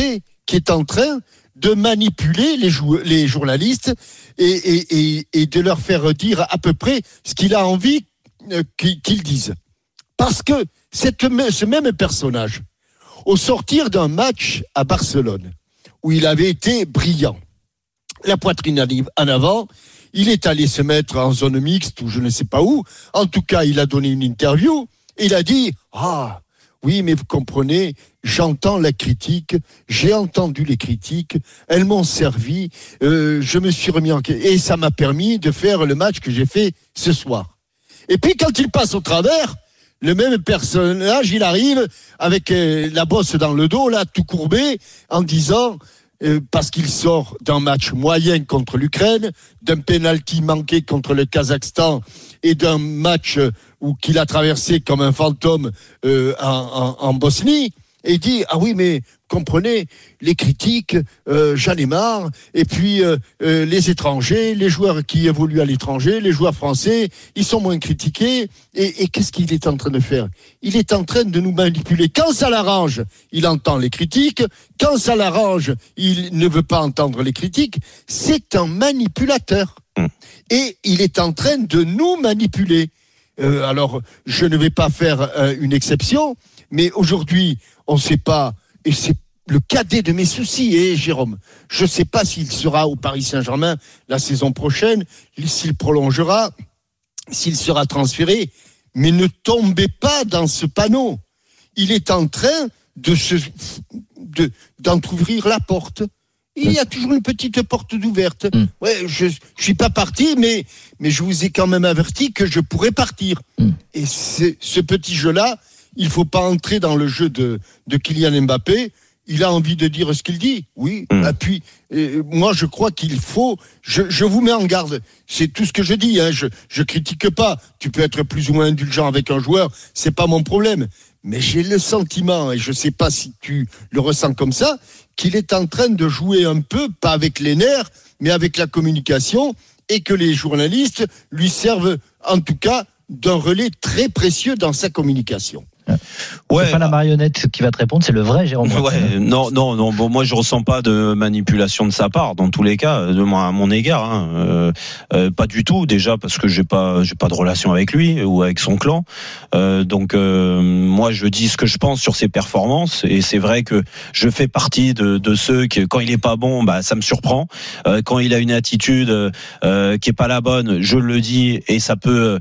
qui est en train de manipuler les journalistes et de leur faire dire à peu près ce qu'il a envie qu'ils disent. Parce que ce même personnage, au sortir d'un match à Barcelone, où il avait été brillant, la poitrine en avant, il est allé se mettre en zone mixte ou je ne sais pas où. En tout cas, il a donné une interview. Il a dit « Ah, oui, mais vous comprenez, j'entends la critique, j'ai entendu les critiques, elles m'ont servi, je me suis remis en question et ça m'a permis de faire le match que j'ai fait ce soir. » Et puis, quand il passe au travers, le même personnage, il arrive avec la bosse dans le dos, là, tout courbé, en disant... parce qu'il sort d'un match moyen contre l'Ukraine, d'un penalty manqué contre le Kazakhstan et d'un match qu'il a traversé comme un fantôme en Bosnie, et il dit « Ah oui, mais comprenez, les critiques, j'en ai marre, et puis les étrangers, les joueurs qui évoluent à l'étranger, les joueurs français, ils sont moins critiqués, et qu'est-ce qu'il est en train de faire ? Il est en train de nous manipuler. Quand ça l'arrange, il entend les critiques, quand ça l'arrange, il ne veut pas entendre les critiques, c'est un manipulateur. Et il est en train de nous manipuler. Alors, je ne vais pas faire une exception, mais aujourd'hui, on ne sait pas, et c'est le cadet de mes soucis, Jérôme, je ne sais pas s'il sera au Paris Saint-Germain la saison prochaine, s'il prolongera, s'il sera transféré, mais ne tombez pas dans ce panneau. Il est en train d'entrouvrir la porte. Il y a toujours une petite porte ouverte. Ouais, je suis pas parti, mais je vous ai quand même averti que je pourrais partir. Et ce petit jeu-là, il faut pas entrer dans le jeu de Kylian Mbappé. Il a envie de dire ce qu'il dit, oui. Et puis, moi, je crois qu'il faut... Je vous mets en garde. C'est tout ce que je dis. Hein. Je critique pas. Tu peux être plus ou moins indulgent avec un joueur. C'est pas mon problème. Mais j'ai le sentiment, et je sais pas si tu le ressens comme ça, qu'il est en train de jouer un peu, pas avec les nerfs, mais avec la communication, et que les journalistes lui servent, en tout cas, d'un relais très précieux dans sa communication. Ouais, c'est pas la marionnette qui va te répondre, c'est le vrai Jérôme. Ouais, non. Bon, moi je ressens pas de manipulation de sa part dans tous les cas, à mon égard. Hein. Pas du tout. Déjà parce que j'ai pas de relation avec lui ou avec son clan. Donc moi je dis ce que je pense sur ses performances et c'est vrai que je fais partie de ceux qui quand il est pas bon, bah ça me surprend. Quand il a une attitude qui est pas la bonne, je le dis et ça peut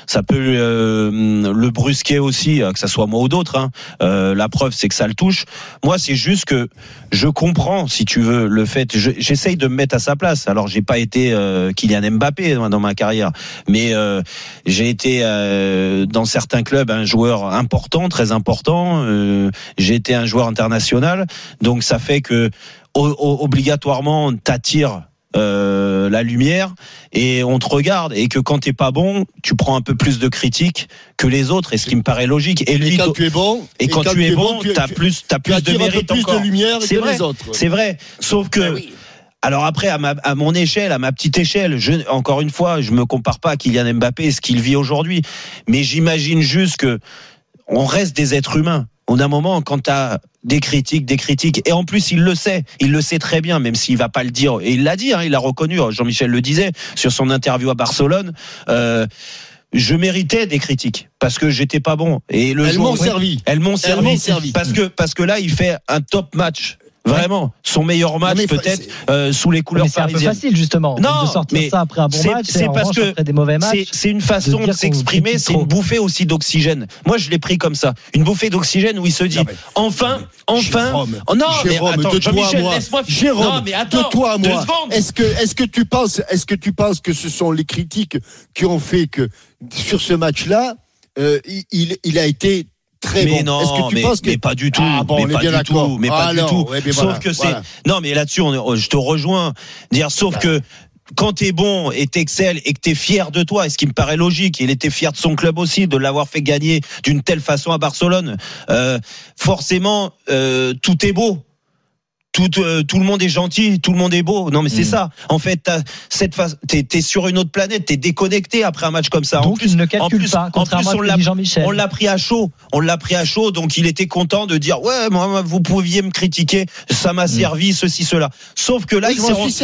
le brusquer aussi, que ça soit moi ou d'autres. Hein. La preuve, c'est que ça le touche. Moi, c'est juste que je comprends, si tu veux, le fait. J'essaye de me mettre à sa place. Alors, j'ai pas été Kylian Mbappé dans ma carrière, mais j'ai été dans certains clubs un joueur important, très important. J'ai été un joueur international, donc ça fait que obligatoirement t'attires la lumière et on te regarde et que quand t'es pas bon tu prends un peu plus de critiques que les autres et ce qui me paraît logique et lui quand tu es bon t'as plus de mérite encore de lumière c'est vrai, les autres c'est vrai sauf que oui. Alors après, à mon échelle, à ma petite échelle, encore une fois, je me compare pas à Kylian Mbappé et ce qu'il vit aujourd'hui, mais j'imagine juste que on reste des êtres humains. On a un moment quand t'as des critiques, et en plus il le sait très bien, même s'il va pas le dire, et il l'a dit, hein, il l'a reconnu, Jean-Michel le disait sur son interview à Barcelone, je méritais des critiques parce que j'étais pas bon et elles m'ont servi parce que là il fait un top match. Vraiment, son meilleur match peut-être sous les couleurs parisiennes. C'est un peu facile justement de sortir ça après un bon match, c'est parce que après des mauvais matchs. C'est une façon de s'exprimer, c'est une bouffée aussi d'occygène. Moi, je l'ai pris comme ça, une bouffée d'oxygène où il se dit enfin. Jérôme, mais attends, Jean-Michel, laisse-moi. Jérôme, non, mais attends, de toi à moi. 2 secondes. Est-ce que tu penses que ce sont les critiques qui ont fait que sur ce match-là, il a été très mais bon. Non, est-ce que tu penses que... mais pas du tout. Ah bon, mais pas du tout. Mais pas du tout. Ouais, sauf voilà, que c'est. Non, mais là-dessus, je te rejoins. Sauf que quand t'es bon et t'excelles et que t'es fier de toi, et ce qui me paraît logique, il était fier de son club aussi, de l'avoir fait gagner d'une telle façon à Barcelone. Forcément, tout est beau. tout le monde est gentil, tout le monde est beau. Non mais c'est ça. En fait, t'es sur une autre planète, t'es déconnecté après un match comme ça. Donc il ne calcule pas. Contrairement à Jean-Michel. On l'a pris à chaud. Donc il était content de dire ouais, moi vous pouviez me critiquer, ça m'a servi ceci cela. Sauf que là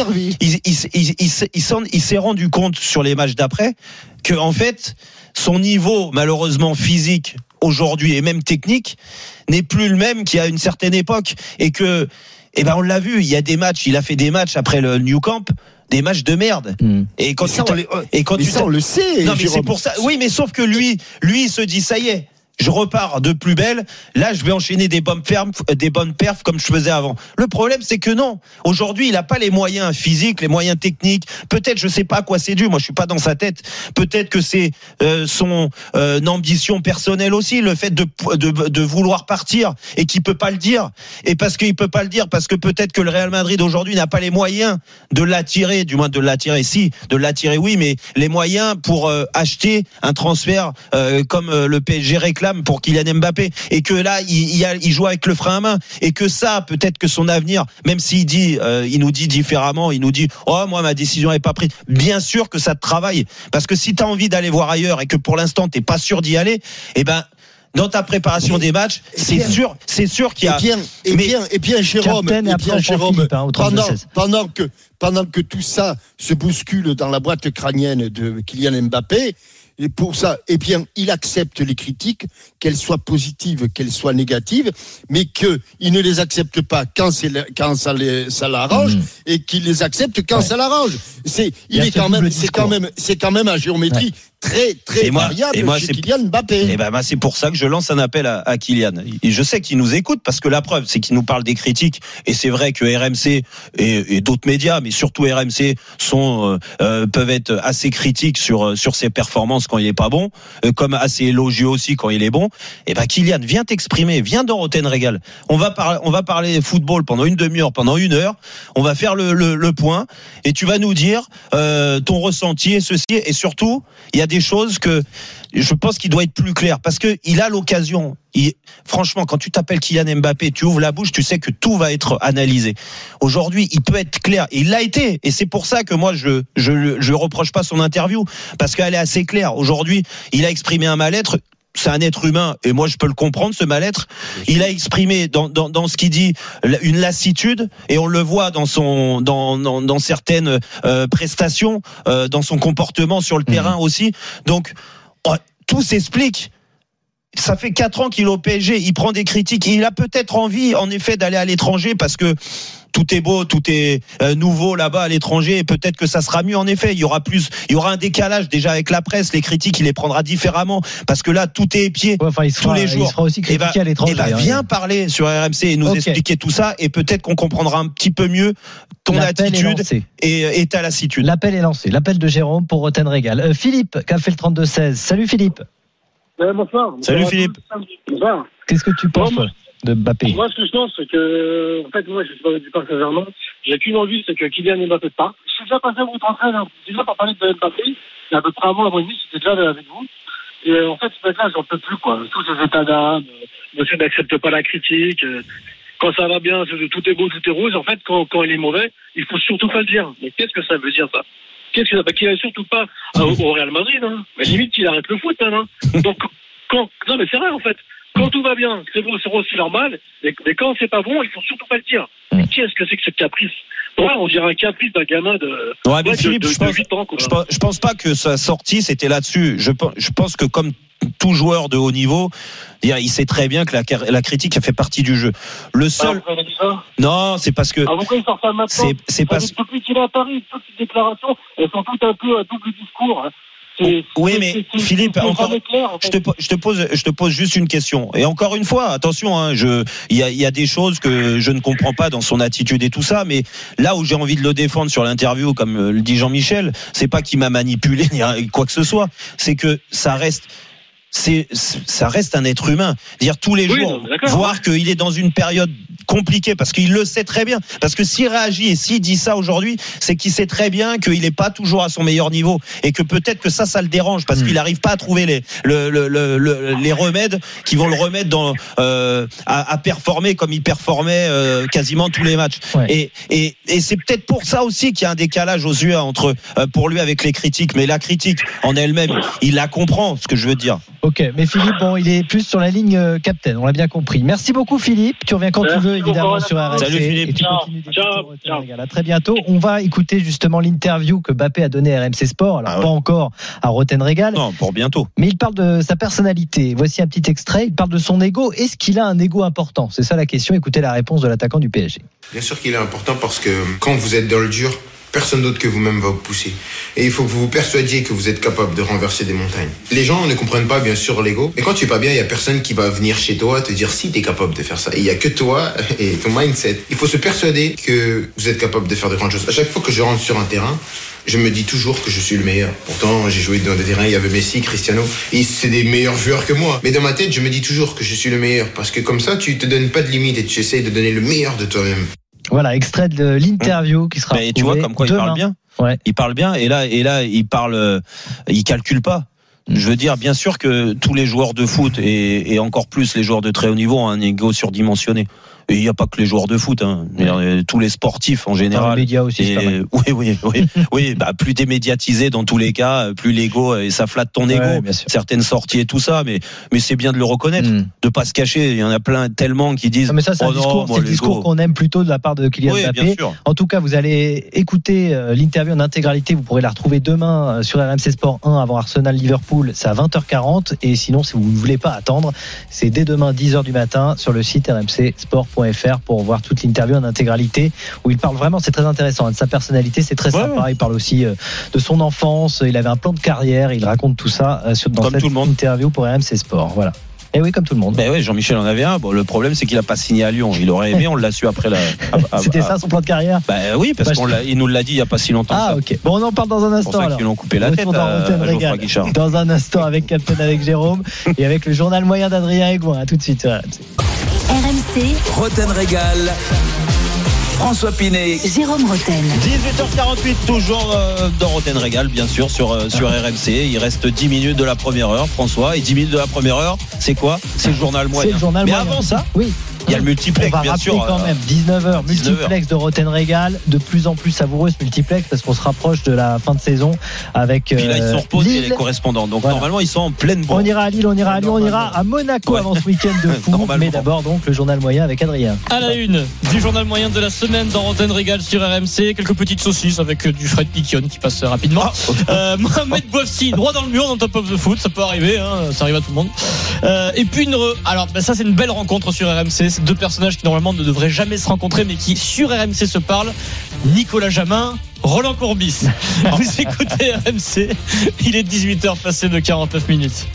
il s'est rendu compte sur les matchs d'après que en fait son niveau malheureusement physique aujourd'hui et même technique n'est plus le même qu'il y a une certaine époque et que on l'a vu, il y a des matchs, il a fait des matchs après le New Camp, des matchs de merde. Et quand on le sait. Non mais c'est pour ça. Oui, mais sauf que lui il se dit ça y est. Je repars de plus belle. Là, je vais enchaîner des bonnes perfs comme je faisais avant. Le problème, c'est que non. Aujourd'hui, il a pas les moyens physiques, les moyens techniques. Peut-être, je sais pas à quoi c'est dû. Moi, je suis pas dans sa tête. Peut-être que c'est son ambition personnelle aussi, le fait de vouloir partir et qu'il peut pas le dire. Et parce qu'il peut pas le dire, parce que peut-être que le Real Madrid aujourd'hui n'a pas les moyens de l'attirer, du moins de l'attirer. Si, de l'attirer, oui, mais les moyens pour acheter un transfert comme le PSG réclame pour Kylian Mbappé, et que là il joue avec le frein à main, et que ça peut-être que son avenir, même s'il dit il nous dit différemment, il nous dit oh moi ma décision n'est pas prise, bien sûr que ça te travaille, parce que si tu as envie d'aller voir ailleurs et que pour l'instant t'es pas sûr d'y aller, dans ta préparation des matchs, c'est sûr qu'il y a. Et bien, Jérôme, pendant que tout ça se bouscule dans la boîte crânienne de Kylian Mbappé, et pour ça, il accepte les critiques, qu'elles soient positives, qu'elles soient négatives, mais qu'il ne les accepte pas quand ça l'arrange, et qu'il les accepte quand ça l'arrange. C'est quand même à géométrie très variable chez Kylian Mbappé. C'est pour ça que je lance un appel à Kylian. Et je sais qu'il nous écoute, parce que la preuve, c'est qu'il nous parle des critiques, et c'est vrai que RMC et d'autres médias, mais surtout RMC peuvent être assez critiques sur ses performances quand il est pas bon, comme assez élogieux aussi quand il est bon. Kylian, viens t'exprimer, viens dans Roten Régal. On va parler football pendant une demi-heure, pendant une heure. On va faire le point, et tu vas nous dire ton ressenti et ceci, et surtout il y a des choses que je pense qu'il doit être plus clair, parce que il a l'occasion. Franchement, quand tu t'appelles Kylian Mbappé, tu ouvres la bouche, tu sais que tout va être analysé. Aujourd'hui, il peut être clair, et il l'a été, et c'est pour ça que moi je reproche pas son interview, parce qu'elle est assez claire. Aujourd'hui, il a exprimé un mal-être. C'est un être humain, et moi je peux le comprendre, ce mal-être. Il a exprimé dans ce qu'il dit une lassitude, et on le voit dans certaines prestations, dans son comportement sur le terrain aussi. Donc tout s'explique. Ça fait 4 ans qu'il est au PSG, il prend des critiques, il a peut-être envie en effet d'aller à l'étranger, parce que tout est beau, tout est nouveau là-bas à l'étranger, et peut-être que ça sera mieux en effet. Il y aura un décalage déjà avec la presse, les critiques il les prendra différemment, parce que là tout est épié tous les jours. Il sera aussi critiqué à l'étranger. Viens parler sur RMC et nous expliquer tout ça, et peut-être qu'on comprendra un petit peu mieux ton attitude et ta lassitude. L'appel est lancé, l'appel de Jérôme pour Roten Régal. Philippe qui a fait le 32-16. Salut Philippe. Bonsoir. Salut Philippe. Bonsoir. Qu'est-ce que tu penses de Mbappé? Moi, ce que je pense, c'est que, en fait, moi, je suis pas du Paris Saint-Germain. J'ai qu'une envie, c'est que Kylian Mbappé parte. Je suis déjà passé à votre entraîneur. Déjà, pour parler de Mbappé, il y a à peu près un mois, j'étais déjà avec vous. Et en fait, ce mec-là, j'en peux plus, quoi. Tous ces états d'âme, monsieur n'accepte pas la critique. Quand ça va bien, tout est beau, tout est rose. En fait, quand il est mauvais, il faut surtout pas le dire. Mais qu'est-ce que ça veut dire, ça? Qu'est-ce que ça veut dire? Qu'il aille surtout pas au Real Madrid, hein. Mais limite qu'il arrête le foot, hein. Donc, non, mais c'est vrai, en fait. Quand tout va bien, c'est bon, c'est aussi normal. Mais quand c'est pas bon, il faut surtout pas le dire. Mais qu'est-ce que c'est que ce caprice? Ouais, on dirait un caprice d'un gamin de Philippe, 8 ans. Quoi. Je pense pas que sa sortie, c'était là-dessus. Je pense que comme tout joueur de haut niveau, il sait très bien que la critique, elle fait partie du jeu. Le seul. Non, c'est parce que. Pourquoi il sort ça maintenant? C'est parce que. Depuis qu'il est à Paris, toutes ces déclarations, elles sont toutes un peu à double discours. Oui, mais Philippe, je te pose juste une question. Et encore une fois, attention, hein, il y a des choses que je ne comprends pas dans son attitude et tout ça, mais là où j'ai envie de le défendre sur l'interview, comme le dit Jean-Michel, c'est pas qu'il m'a manipulé ni quoi que ce soit, c'est que ça reste ça reste un être humain. Dire tous les jours, voir qu'il est dans une période compliquée, parce qu'il le sait très bien. Parce que s'il réagit et s'il dit ça aujourd'hui, c'est qu'il sait très bien qu'il n'est pas toujours à son meilleur niveau et que peut-être que ça le dérange parce qu'il n'arrive pas à trouver les remèdes qui vont le remettre à performer comme il performait quasiment tous les matchs. Ouais. Et c'est peut-être pour ça aussi qu'il y a un décalage aux yeux entre pour lui avec les critiques, mais la critique en elle-même, il la comprend, ce que je veux dire. Ok, mais Philippe, il est plus sur la ligne captain, on l'a bien compris. Merci beaucoup Philippe, tu reviens quand tu veux évidemment sur RMC. Salut Philippe. Et tu continues ciao. À très bientôt. On va écouter justement l'interview que Mbappé a donnée à RMC Sport, alors pas encore à Roten Régal. Non, pour bientôt. Mais il parle de sa personnalité. Voici un petit extrait, il parle de son ego. Est-ce qu'il a un ego important ? C'est ça la question, écoutez la réponse de l'attaquant du PSG. Bien sûr qu'il est important parce que quand vous êtes dans le dur, personne d'autre que vous-même va vous pousser. Et il faut que vous vous persuadiez que vous êtes capable de renverser des montagnes. Les gens ne comprennent pas, bien sûr, l'ego. Mais quand tu es pas bien, il y a personne qui va venir chez toi te dire si tu es capable de faire ça. Et il y a que toi et ton mindset. Il faut se persuader que vous êtes capable de faire de grandes choses. À chaque fois que je rentre sur un terrain, je me dis toujours que je suis le meilleur. Pourtant, j'ai joué dans des terrains, il y avait Messi, Cristiano, et c'est des meilleurs joueurs que moi. Mais dans ma tête, je me dis toujours que je suis le meilleur. Parce que comme ça, tu te donnes pas de limite et tu essaies de donner le meilleur de toi-même. Voilà, extrait de l'interview qui sera. Mais tu vois, comme quoi demain. Il parle bien. Ouais. Il parle bien, et là, il parle, il calcule pas. Je veux dire, bien sûr que tous les joueurs de foot et encore plus les joueurs de très haut niveau ont un ego surdimensionné. Et il n'y a pas que les joueurs de foot, hein. Tous les sportifs en général. Les médias aussi, c'est pas mal. Oui. Plus t'es médiatisé dans tous les cas, plus l'ego et ça flatte ton ego. Certaines sorties et tout ça, mais c'est bien de le reconnaître, de pas se cacher. Il y en a plein tellement qui disent. Non, mais ça, c'est le discours qu'on aime plutôt de la part de Kylian Mbappé. En tout cas, vous allez écouter l'interview en intégralité. Vous pourrez la retrouver demain sur RMC Sport 1 avant Arsenal-Liverpool. C'est à 20h40. Et sinon, si vous ne voulez pas attendre, c'est dès demain 10h du matin sur le site rmcsport.fr pour voir toute l'interview en intégralité où il parle vraiment, c'est très intéressant, de sa personnalité, c'est très sympa. Il parle aussi de son enfance, il avait un plan de carrière, il raconte tout ça dans cette interview pour RMC Sport. Voilà. Et oui, comme tout le monde. Ben oui, Jean-Michel en avait un. Bon, le problème, c'est qu'il n'a pas signé à Lyon. Il aurait aimé, on l'a su après C'était ça son plan de carrière. Ben oui, parce qu'il nous l'a dit il n'y a pas si longtemps. Ah, ok. Bon, on en parle dans un instant. C'est pour ça qu'ils l'ont coupé la tête à Geoffroy Guichard. Dans un instant, avec Captain, avec Jérôme et avec le journal moyen d'Adrien Aigouin. À tout de suite. RMC. Roten Régal. François Pinet, Jérôme Roten. 18h48, toujours dans Roten Régal, bien sûr, sur RMC. Il reste 10 minutes de la première heure, François. Et 10 minutes de la première heure, c'est quoi ? C'est le journal moyen. C'est le journal moyen. Avant ça, oui. Il y a le multiplex, bien sûr. On va rappeler quand même, 19h, multiplex de Roten Régal, de plus en plus savoureux ce multiplex parce qu'on se rapproche de la fin de saison avec puis là, ils sont reposés les correspondants. Donc normalement, ils sont en pleine bourre. On ira à Lille, on ira à Lyon, on ira à Monaco avant ce week-end de fou. Mais d'abord, donc, le journal moyen avec Adrien. À la une du journal moyen de la semaine dans Roten Régal sur RMC. Quelques petites saucisses avec du Fred Piquion qui passe rapidement. Mohamed Bouafsi, droit dans le mur dans Top of the Foot. Ça peut arriver, hein, ça arrive à tout le monde. Et puis alors, ça, c'est une belle rencontre sur RMC. C'est deux personnages qui normalement ne devraient jamais se rencontrer, mais qui sur RMC se parlent. Nicolas Jamin, Roland Courbis. Vous écoutez RMC. Il est 18h passé de 49 minutes.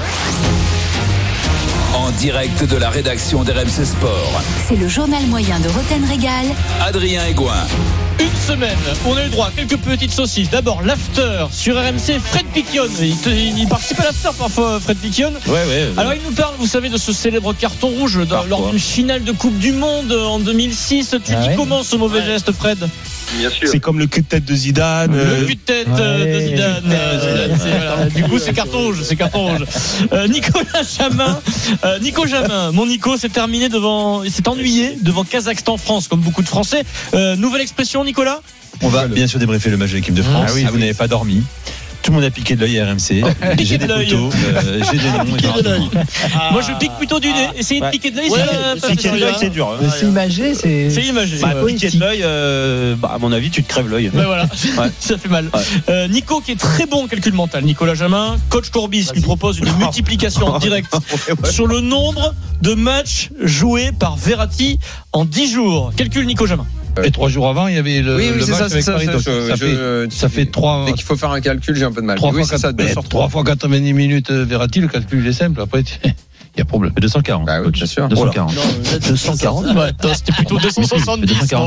En direct de la rédaction d'RMC Sport. C'est le journal moyen de Roten Régal. Adrien Aigouin. Une semaine, on a eu droit à quelques petites saucisses. D'abord, l'after sur RMC, Fred Piquion. Il participe à l'after parfois, Fred Piquion. Ouais. Alors, il nous parle, vous savez, de ce célèbre carton rouge lors d'une finale de Coupe du Monde en 2006. Tu dis comment ce mauvais geste, Fred ? Bien sûr. C'est comme le cul de tête de Zidane. Le cul de tête de Zidane. Voilà. Du coup, c'est carton rouge. Nicolas Jamin. Nico Jamin. Mon Nico s'est ennuyé devant Kazakhstan-France, comme beaucoup de Français. Nouvelle expression, Nicolas ? On va bien sûr débriefer le match de l'équipe de France. Vous n'avez pas dormi. Tout le monde a piqué de l'œil à RMC. J'ai des photos, j'ai des noms. Moi, je pique plutôt du nez. Essayez de piquer de l'œil, piquer de l'œil, c'est dur. C'est imagé, c'est imagé. Piquer de l'œil, à mon avis, tu te crèves l'œil. Voilà, ça fait mal. Nico, qui est très bon en calcul mental. Nicolas Jamin, coach Courbis lui propose une multiplication en direct sur le nombre de matchs joués par Verratti en 10 jours. Calcul Nico Jamin. Et 3 jours avant, il y avait le match avec Paris. Ça fait 3. Dès qu'il faut faire un calcul, j'ai un peu de mal. 3 fois 90 minutes, Verratti, le calcul il est simple. Après, Il y a problème. 240. Bah oui, bien sûr. 240. 240. Ouais, c'était plutôt 270.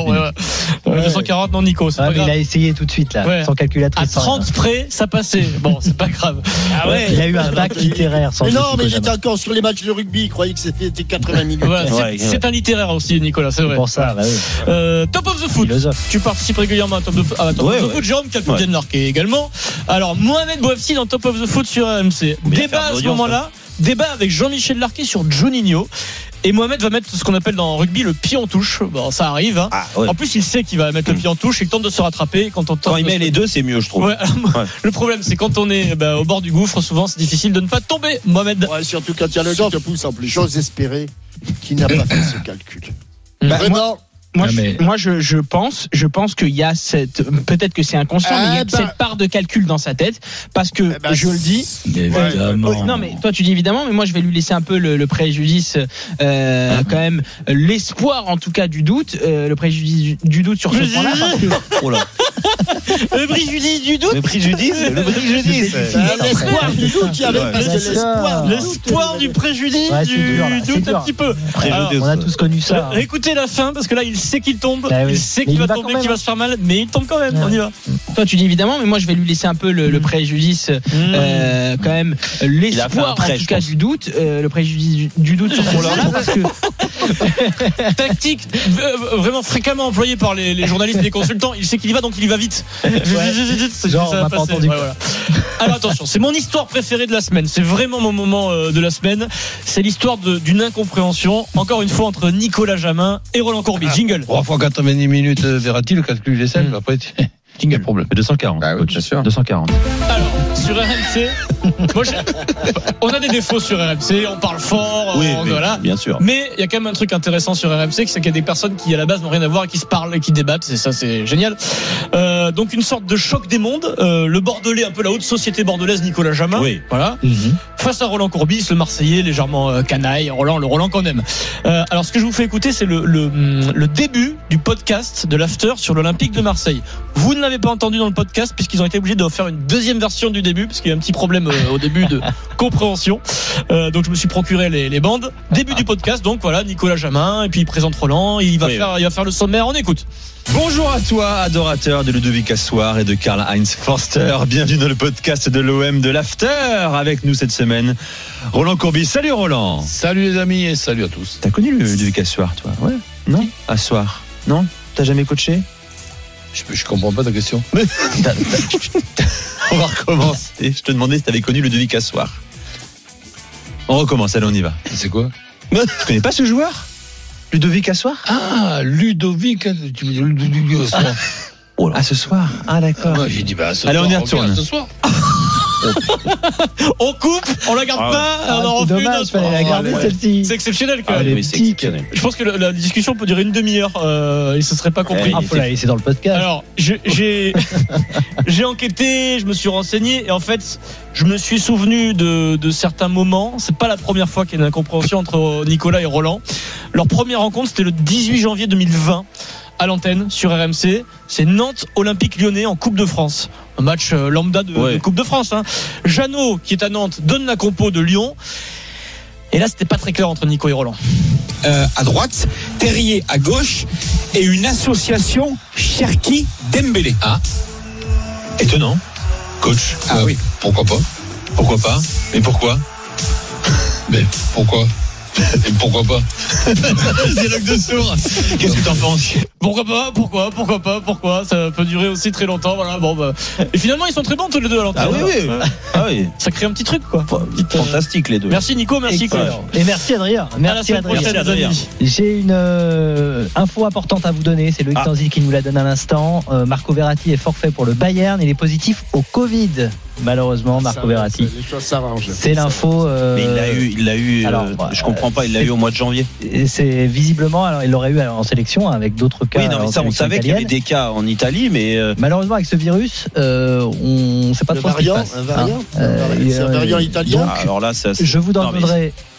240, non, Nico. C'est pas grave. Il a essayé tout de suite, là, sans calculatrice. À 30 près, ça passait. Bon, c'est pas grave. Ah ouais, il a eu un bac littéraire. Mais non, mais j'étais encore sur les matchs de rugby. Il croyait que c'était 80 minutes. C'est un littéraire aussi, Nicolas, c'est vrai. Pour ça, bah oui. Top of the Foot. Tu participes régulièrement à Top of the Foot. Jérôme Calputen marqué également. Alors, Mohamed Bouafsi dans Top of the Foot sur RMC. Débat à ce moment-là. Débat avec Jean-Michel Larquet sur Juninho. Et Mohamed va mettre ce qu'on appelle dans le rugby le pied en touche. Bon, ça arrive. Hein. En plus, il sait qu'il va mettre le pied en touche et qu'il tente de se rattraper. Quand il met les deux, c'est mieux, je trouve. Le problème, c'est quand on est au bord du gouffre, souvent, c'est difficile de ne pas tomber, Mohamed. Surtout quand il y a le gars qui te pousse en plus. J'ose espérer qu'il n'a pas fait ce calcul. Vraiment. Moi, je pense qu'il y a peut-être que c'est inconscient, mais il y a cette part de calcul dans sa tête, parce que je le dis. Non, mais toi tu dis évidemment, mais moi je vais lui laisser un peu le préjudice, quand même, l'espoir en tout cas du doute, le préjudice du doute sur ce point-là, parce que. Le préjudice du doute. Le préjudice. L'espoir du doute, il y avait l'espoir du préjudice du doute un petit peu. On a tous connu ça. Écoutez la fin, parce que là il sait qu'il tombe, il sait qu'il va tomber, qu'il va se faire mal, mais il tombe quand même. On y va. Toi tu dis évidemment, mais moi je vais lui laisser un peu le préjudice, quand même, l'espoir en tout cas du doute, le préjudice du doute sur ce point-là, parce que tactique vraiment fréquemment employée par les journalistes et les consultants. Il sait qu'il y va, donc il y va vite. Genre, on n'a pas entendu. Voilà. Alors attention, c'est mon histoire préférée de la semaine. C'est vraiment mon moment de la semaine. C'est l'histoire d'une incompréhension, encore une fois, entre Nicolas Jamin et Roland Courbis. Jingle. 3 fois 90 minutes, verra-t-il le calcul des scènes. Après, jingle. Problème. 240. Bah oui, bien sûr. 240. Alors, sur RMC, on a des défauts sur RMC, on parle fort, voilà. Bien sûr. Mais il y a quand même un truc intéressant sur RMC, c'est qu'il y a des personnes qui à la base n'ont rien à voir et qui se parlent et qui débattent. C'est ça, c'est génial. Donc une sorte de choc des mondes. Le Bordelais, un peu la haute société bordelaise, Nicolas Jamin. Oui. Voilà. Face à Roland Courbis, le Marseillais légèrement canaille, le Roland qu'on aime. Alors ce que je vous fais écouter, c'est le début du podcast de l'After sur l'Olympique de Marseille. Vous ne l'avez pas entendu dans le podcast puisqu'ils ont été obligés de faire une deuxième version du début parce qu'il y a un petit problème au début de compréhension. Donc je me suis procuré les bandes. Début du podcast, donc voilà, Nicolas Jamin, et puis il présente Roland, il va faire le sommaire, on écoute. Bonjour à toi, adorateur de Ludovic Assoir et de Karl-Heinz Forster. Bienvenue dans le podcast de l'OM de l'After. Avec nous cette semaine, Roland Courbis. Salut Roland. Salut les amis et salut à tous. T'as connu le Ludovic Assoir, toi? Ouais. Non? Assoir. Non? T'as jamais coaché? Je comprends pas ta question. On va recommencer. Je te demandais si t'avais connu Ludovic Assoir. On recommence, allez, on y va. C'est quoi? Tu connais pas ce joueur? Ludovic Assoir? Ah, Ludovic. Tu me dis Ludovic Assoir. Oh là. Ah, ce soir? Ah, d'accord. Moi, j'ai dit, allez, on y retourne. Ce soir. On coupe, on la garde pas, on en refait une autre. Fallait la garder celle-ci. C'est exceptionnel quand même. Je pense que la discussion peut durer une demi-heure. Il se serait pas compris. Faut la laisser dans le podcast. Alors, j'ai enquêté, je me suis renseigné et en fait, je me suis souvenu de certains moments. C'est pas la première fois qu'il y a une incompréhension entre Nicolas et Roland. Leur première rencontre, c'était le 18 janvier 2020. À l'antenne sur RMC, c'est Nantes Olympique Lyonnais en Coupe de France, un match lambda de Coupe de France. Jeannot qui est à Nantes donne la compo de Lyon et là c'était pas très clair entre Nico et Roland. À droite, Terrier à gauche et une association Cherki Dembélé. Ah, étonnant, coach. Ah oui, pourquoi pas? Pourquoi pas? Mais pourquoi? Mais pourquoi? Et pourquoi pas? Dialogue de sourds. Qu'est-ce que t'en penses? Pourquoi? Ça peut durer aussi très longtemps. Voilà. Bon, et finalement, ils sont très bons tous les deux à l'antenne. Ah oui. Ça crée un petit truc, quoi. Fantastique les deux. Merci Nico, merci coach. Et merci Adrien. Merci Adrien. J'ai une info importante à vous donner. C'est Loïc Tanzi qui nous la donne à l'instant. Marco Verratti est forfait pour le Bayern. Il est positif au Covid. Malheureusement, Marco Verratti. Les choses s'arrangent. C'est l'info. Mais il l'a eu. Alors, je comprends pas. Il l'a eu au mois de janvier. C'est visiblement. Alors, il l'aurait eu en sélection avec d'autres cas. Oui, non, mais ça, on savait qu'il y avait des cas en Italie, mais malheureusement avec ce virus, on ne sait pas trop ce qui se passe. C'est un variant italien. Alors là, je vous en donnerai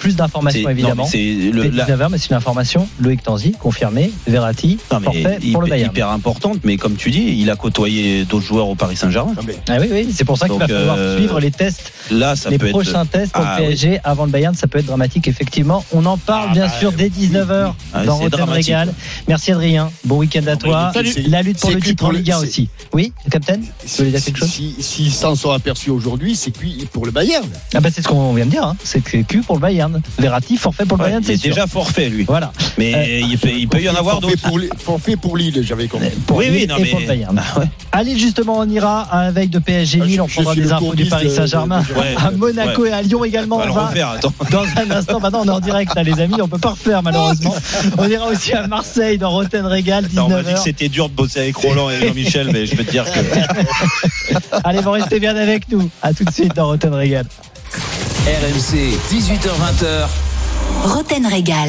plus d'informations évidemment. C'est 19h, mais c'est une information. Loïc Tanzi, confirmé. Verratti, forfait pour le Bayern. Hyper importante, mais comme tu dis, il a côtoyé d'autres joueurs au Paris Saint-Germain. Ah oui, c'est pour ça qu'il va falloir suivre les tests. Là, ça les peut prochains tests pour le PSG avant le Bayern, ça peut être dramatique effectivement. On en parle bien sûr dès 19h dans Rotten Régal. Merci Adrien, bon week-end à toi. La lutte pour le titre en Ligue 1 aussi. Oui, Captain, vous voulez dire quelque chose? S'ils s'en sont aperçus aujourd'hui, c'est cuit pour le Bayern. C'est ce qu'on vient de dire, c'est cuit pour le Bayern. Verratti, forfait pour le Bayern, c'est sûr. Déjà forfait lui. Voilà. Mais il peut y en avoir d'autres. Forfait pour Lille, j'avais compris. Pour Lille et pour le Bayern. À Lille justement, on ira à la veille de PSG Lille, on prendra des infos du Paris Saint-Germain. À Monaco et à Lyon également. On va refaire, dans un instant. Maintenant, on est en direct, là, les amis. On peut pas refaire, malheureusement. On ira aussi à Marseille, dans Rotten Régal, 19h. On m'a dit que c'était dur de bosser avec Roland et Jean-Michel, mais je peux te dire que. Allez, vous restez bien avec nous. À tout de suite dans Rotten Régal. RMC, 18h-20h. Rotten Régal.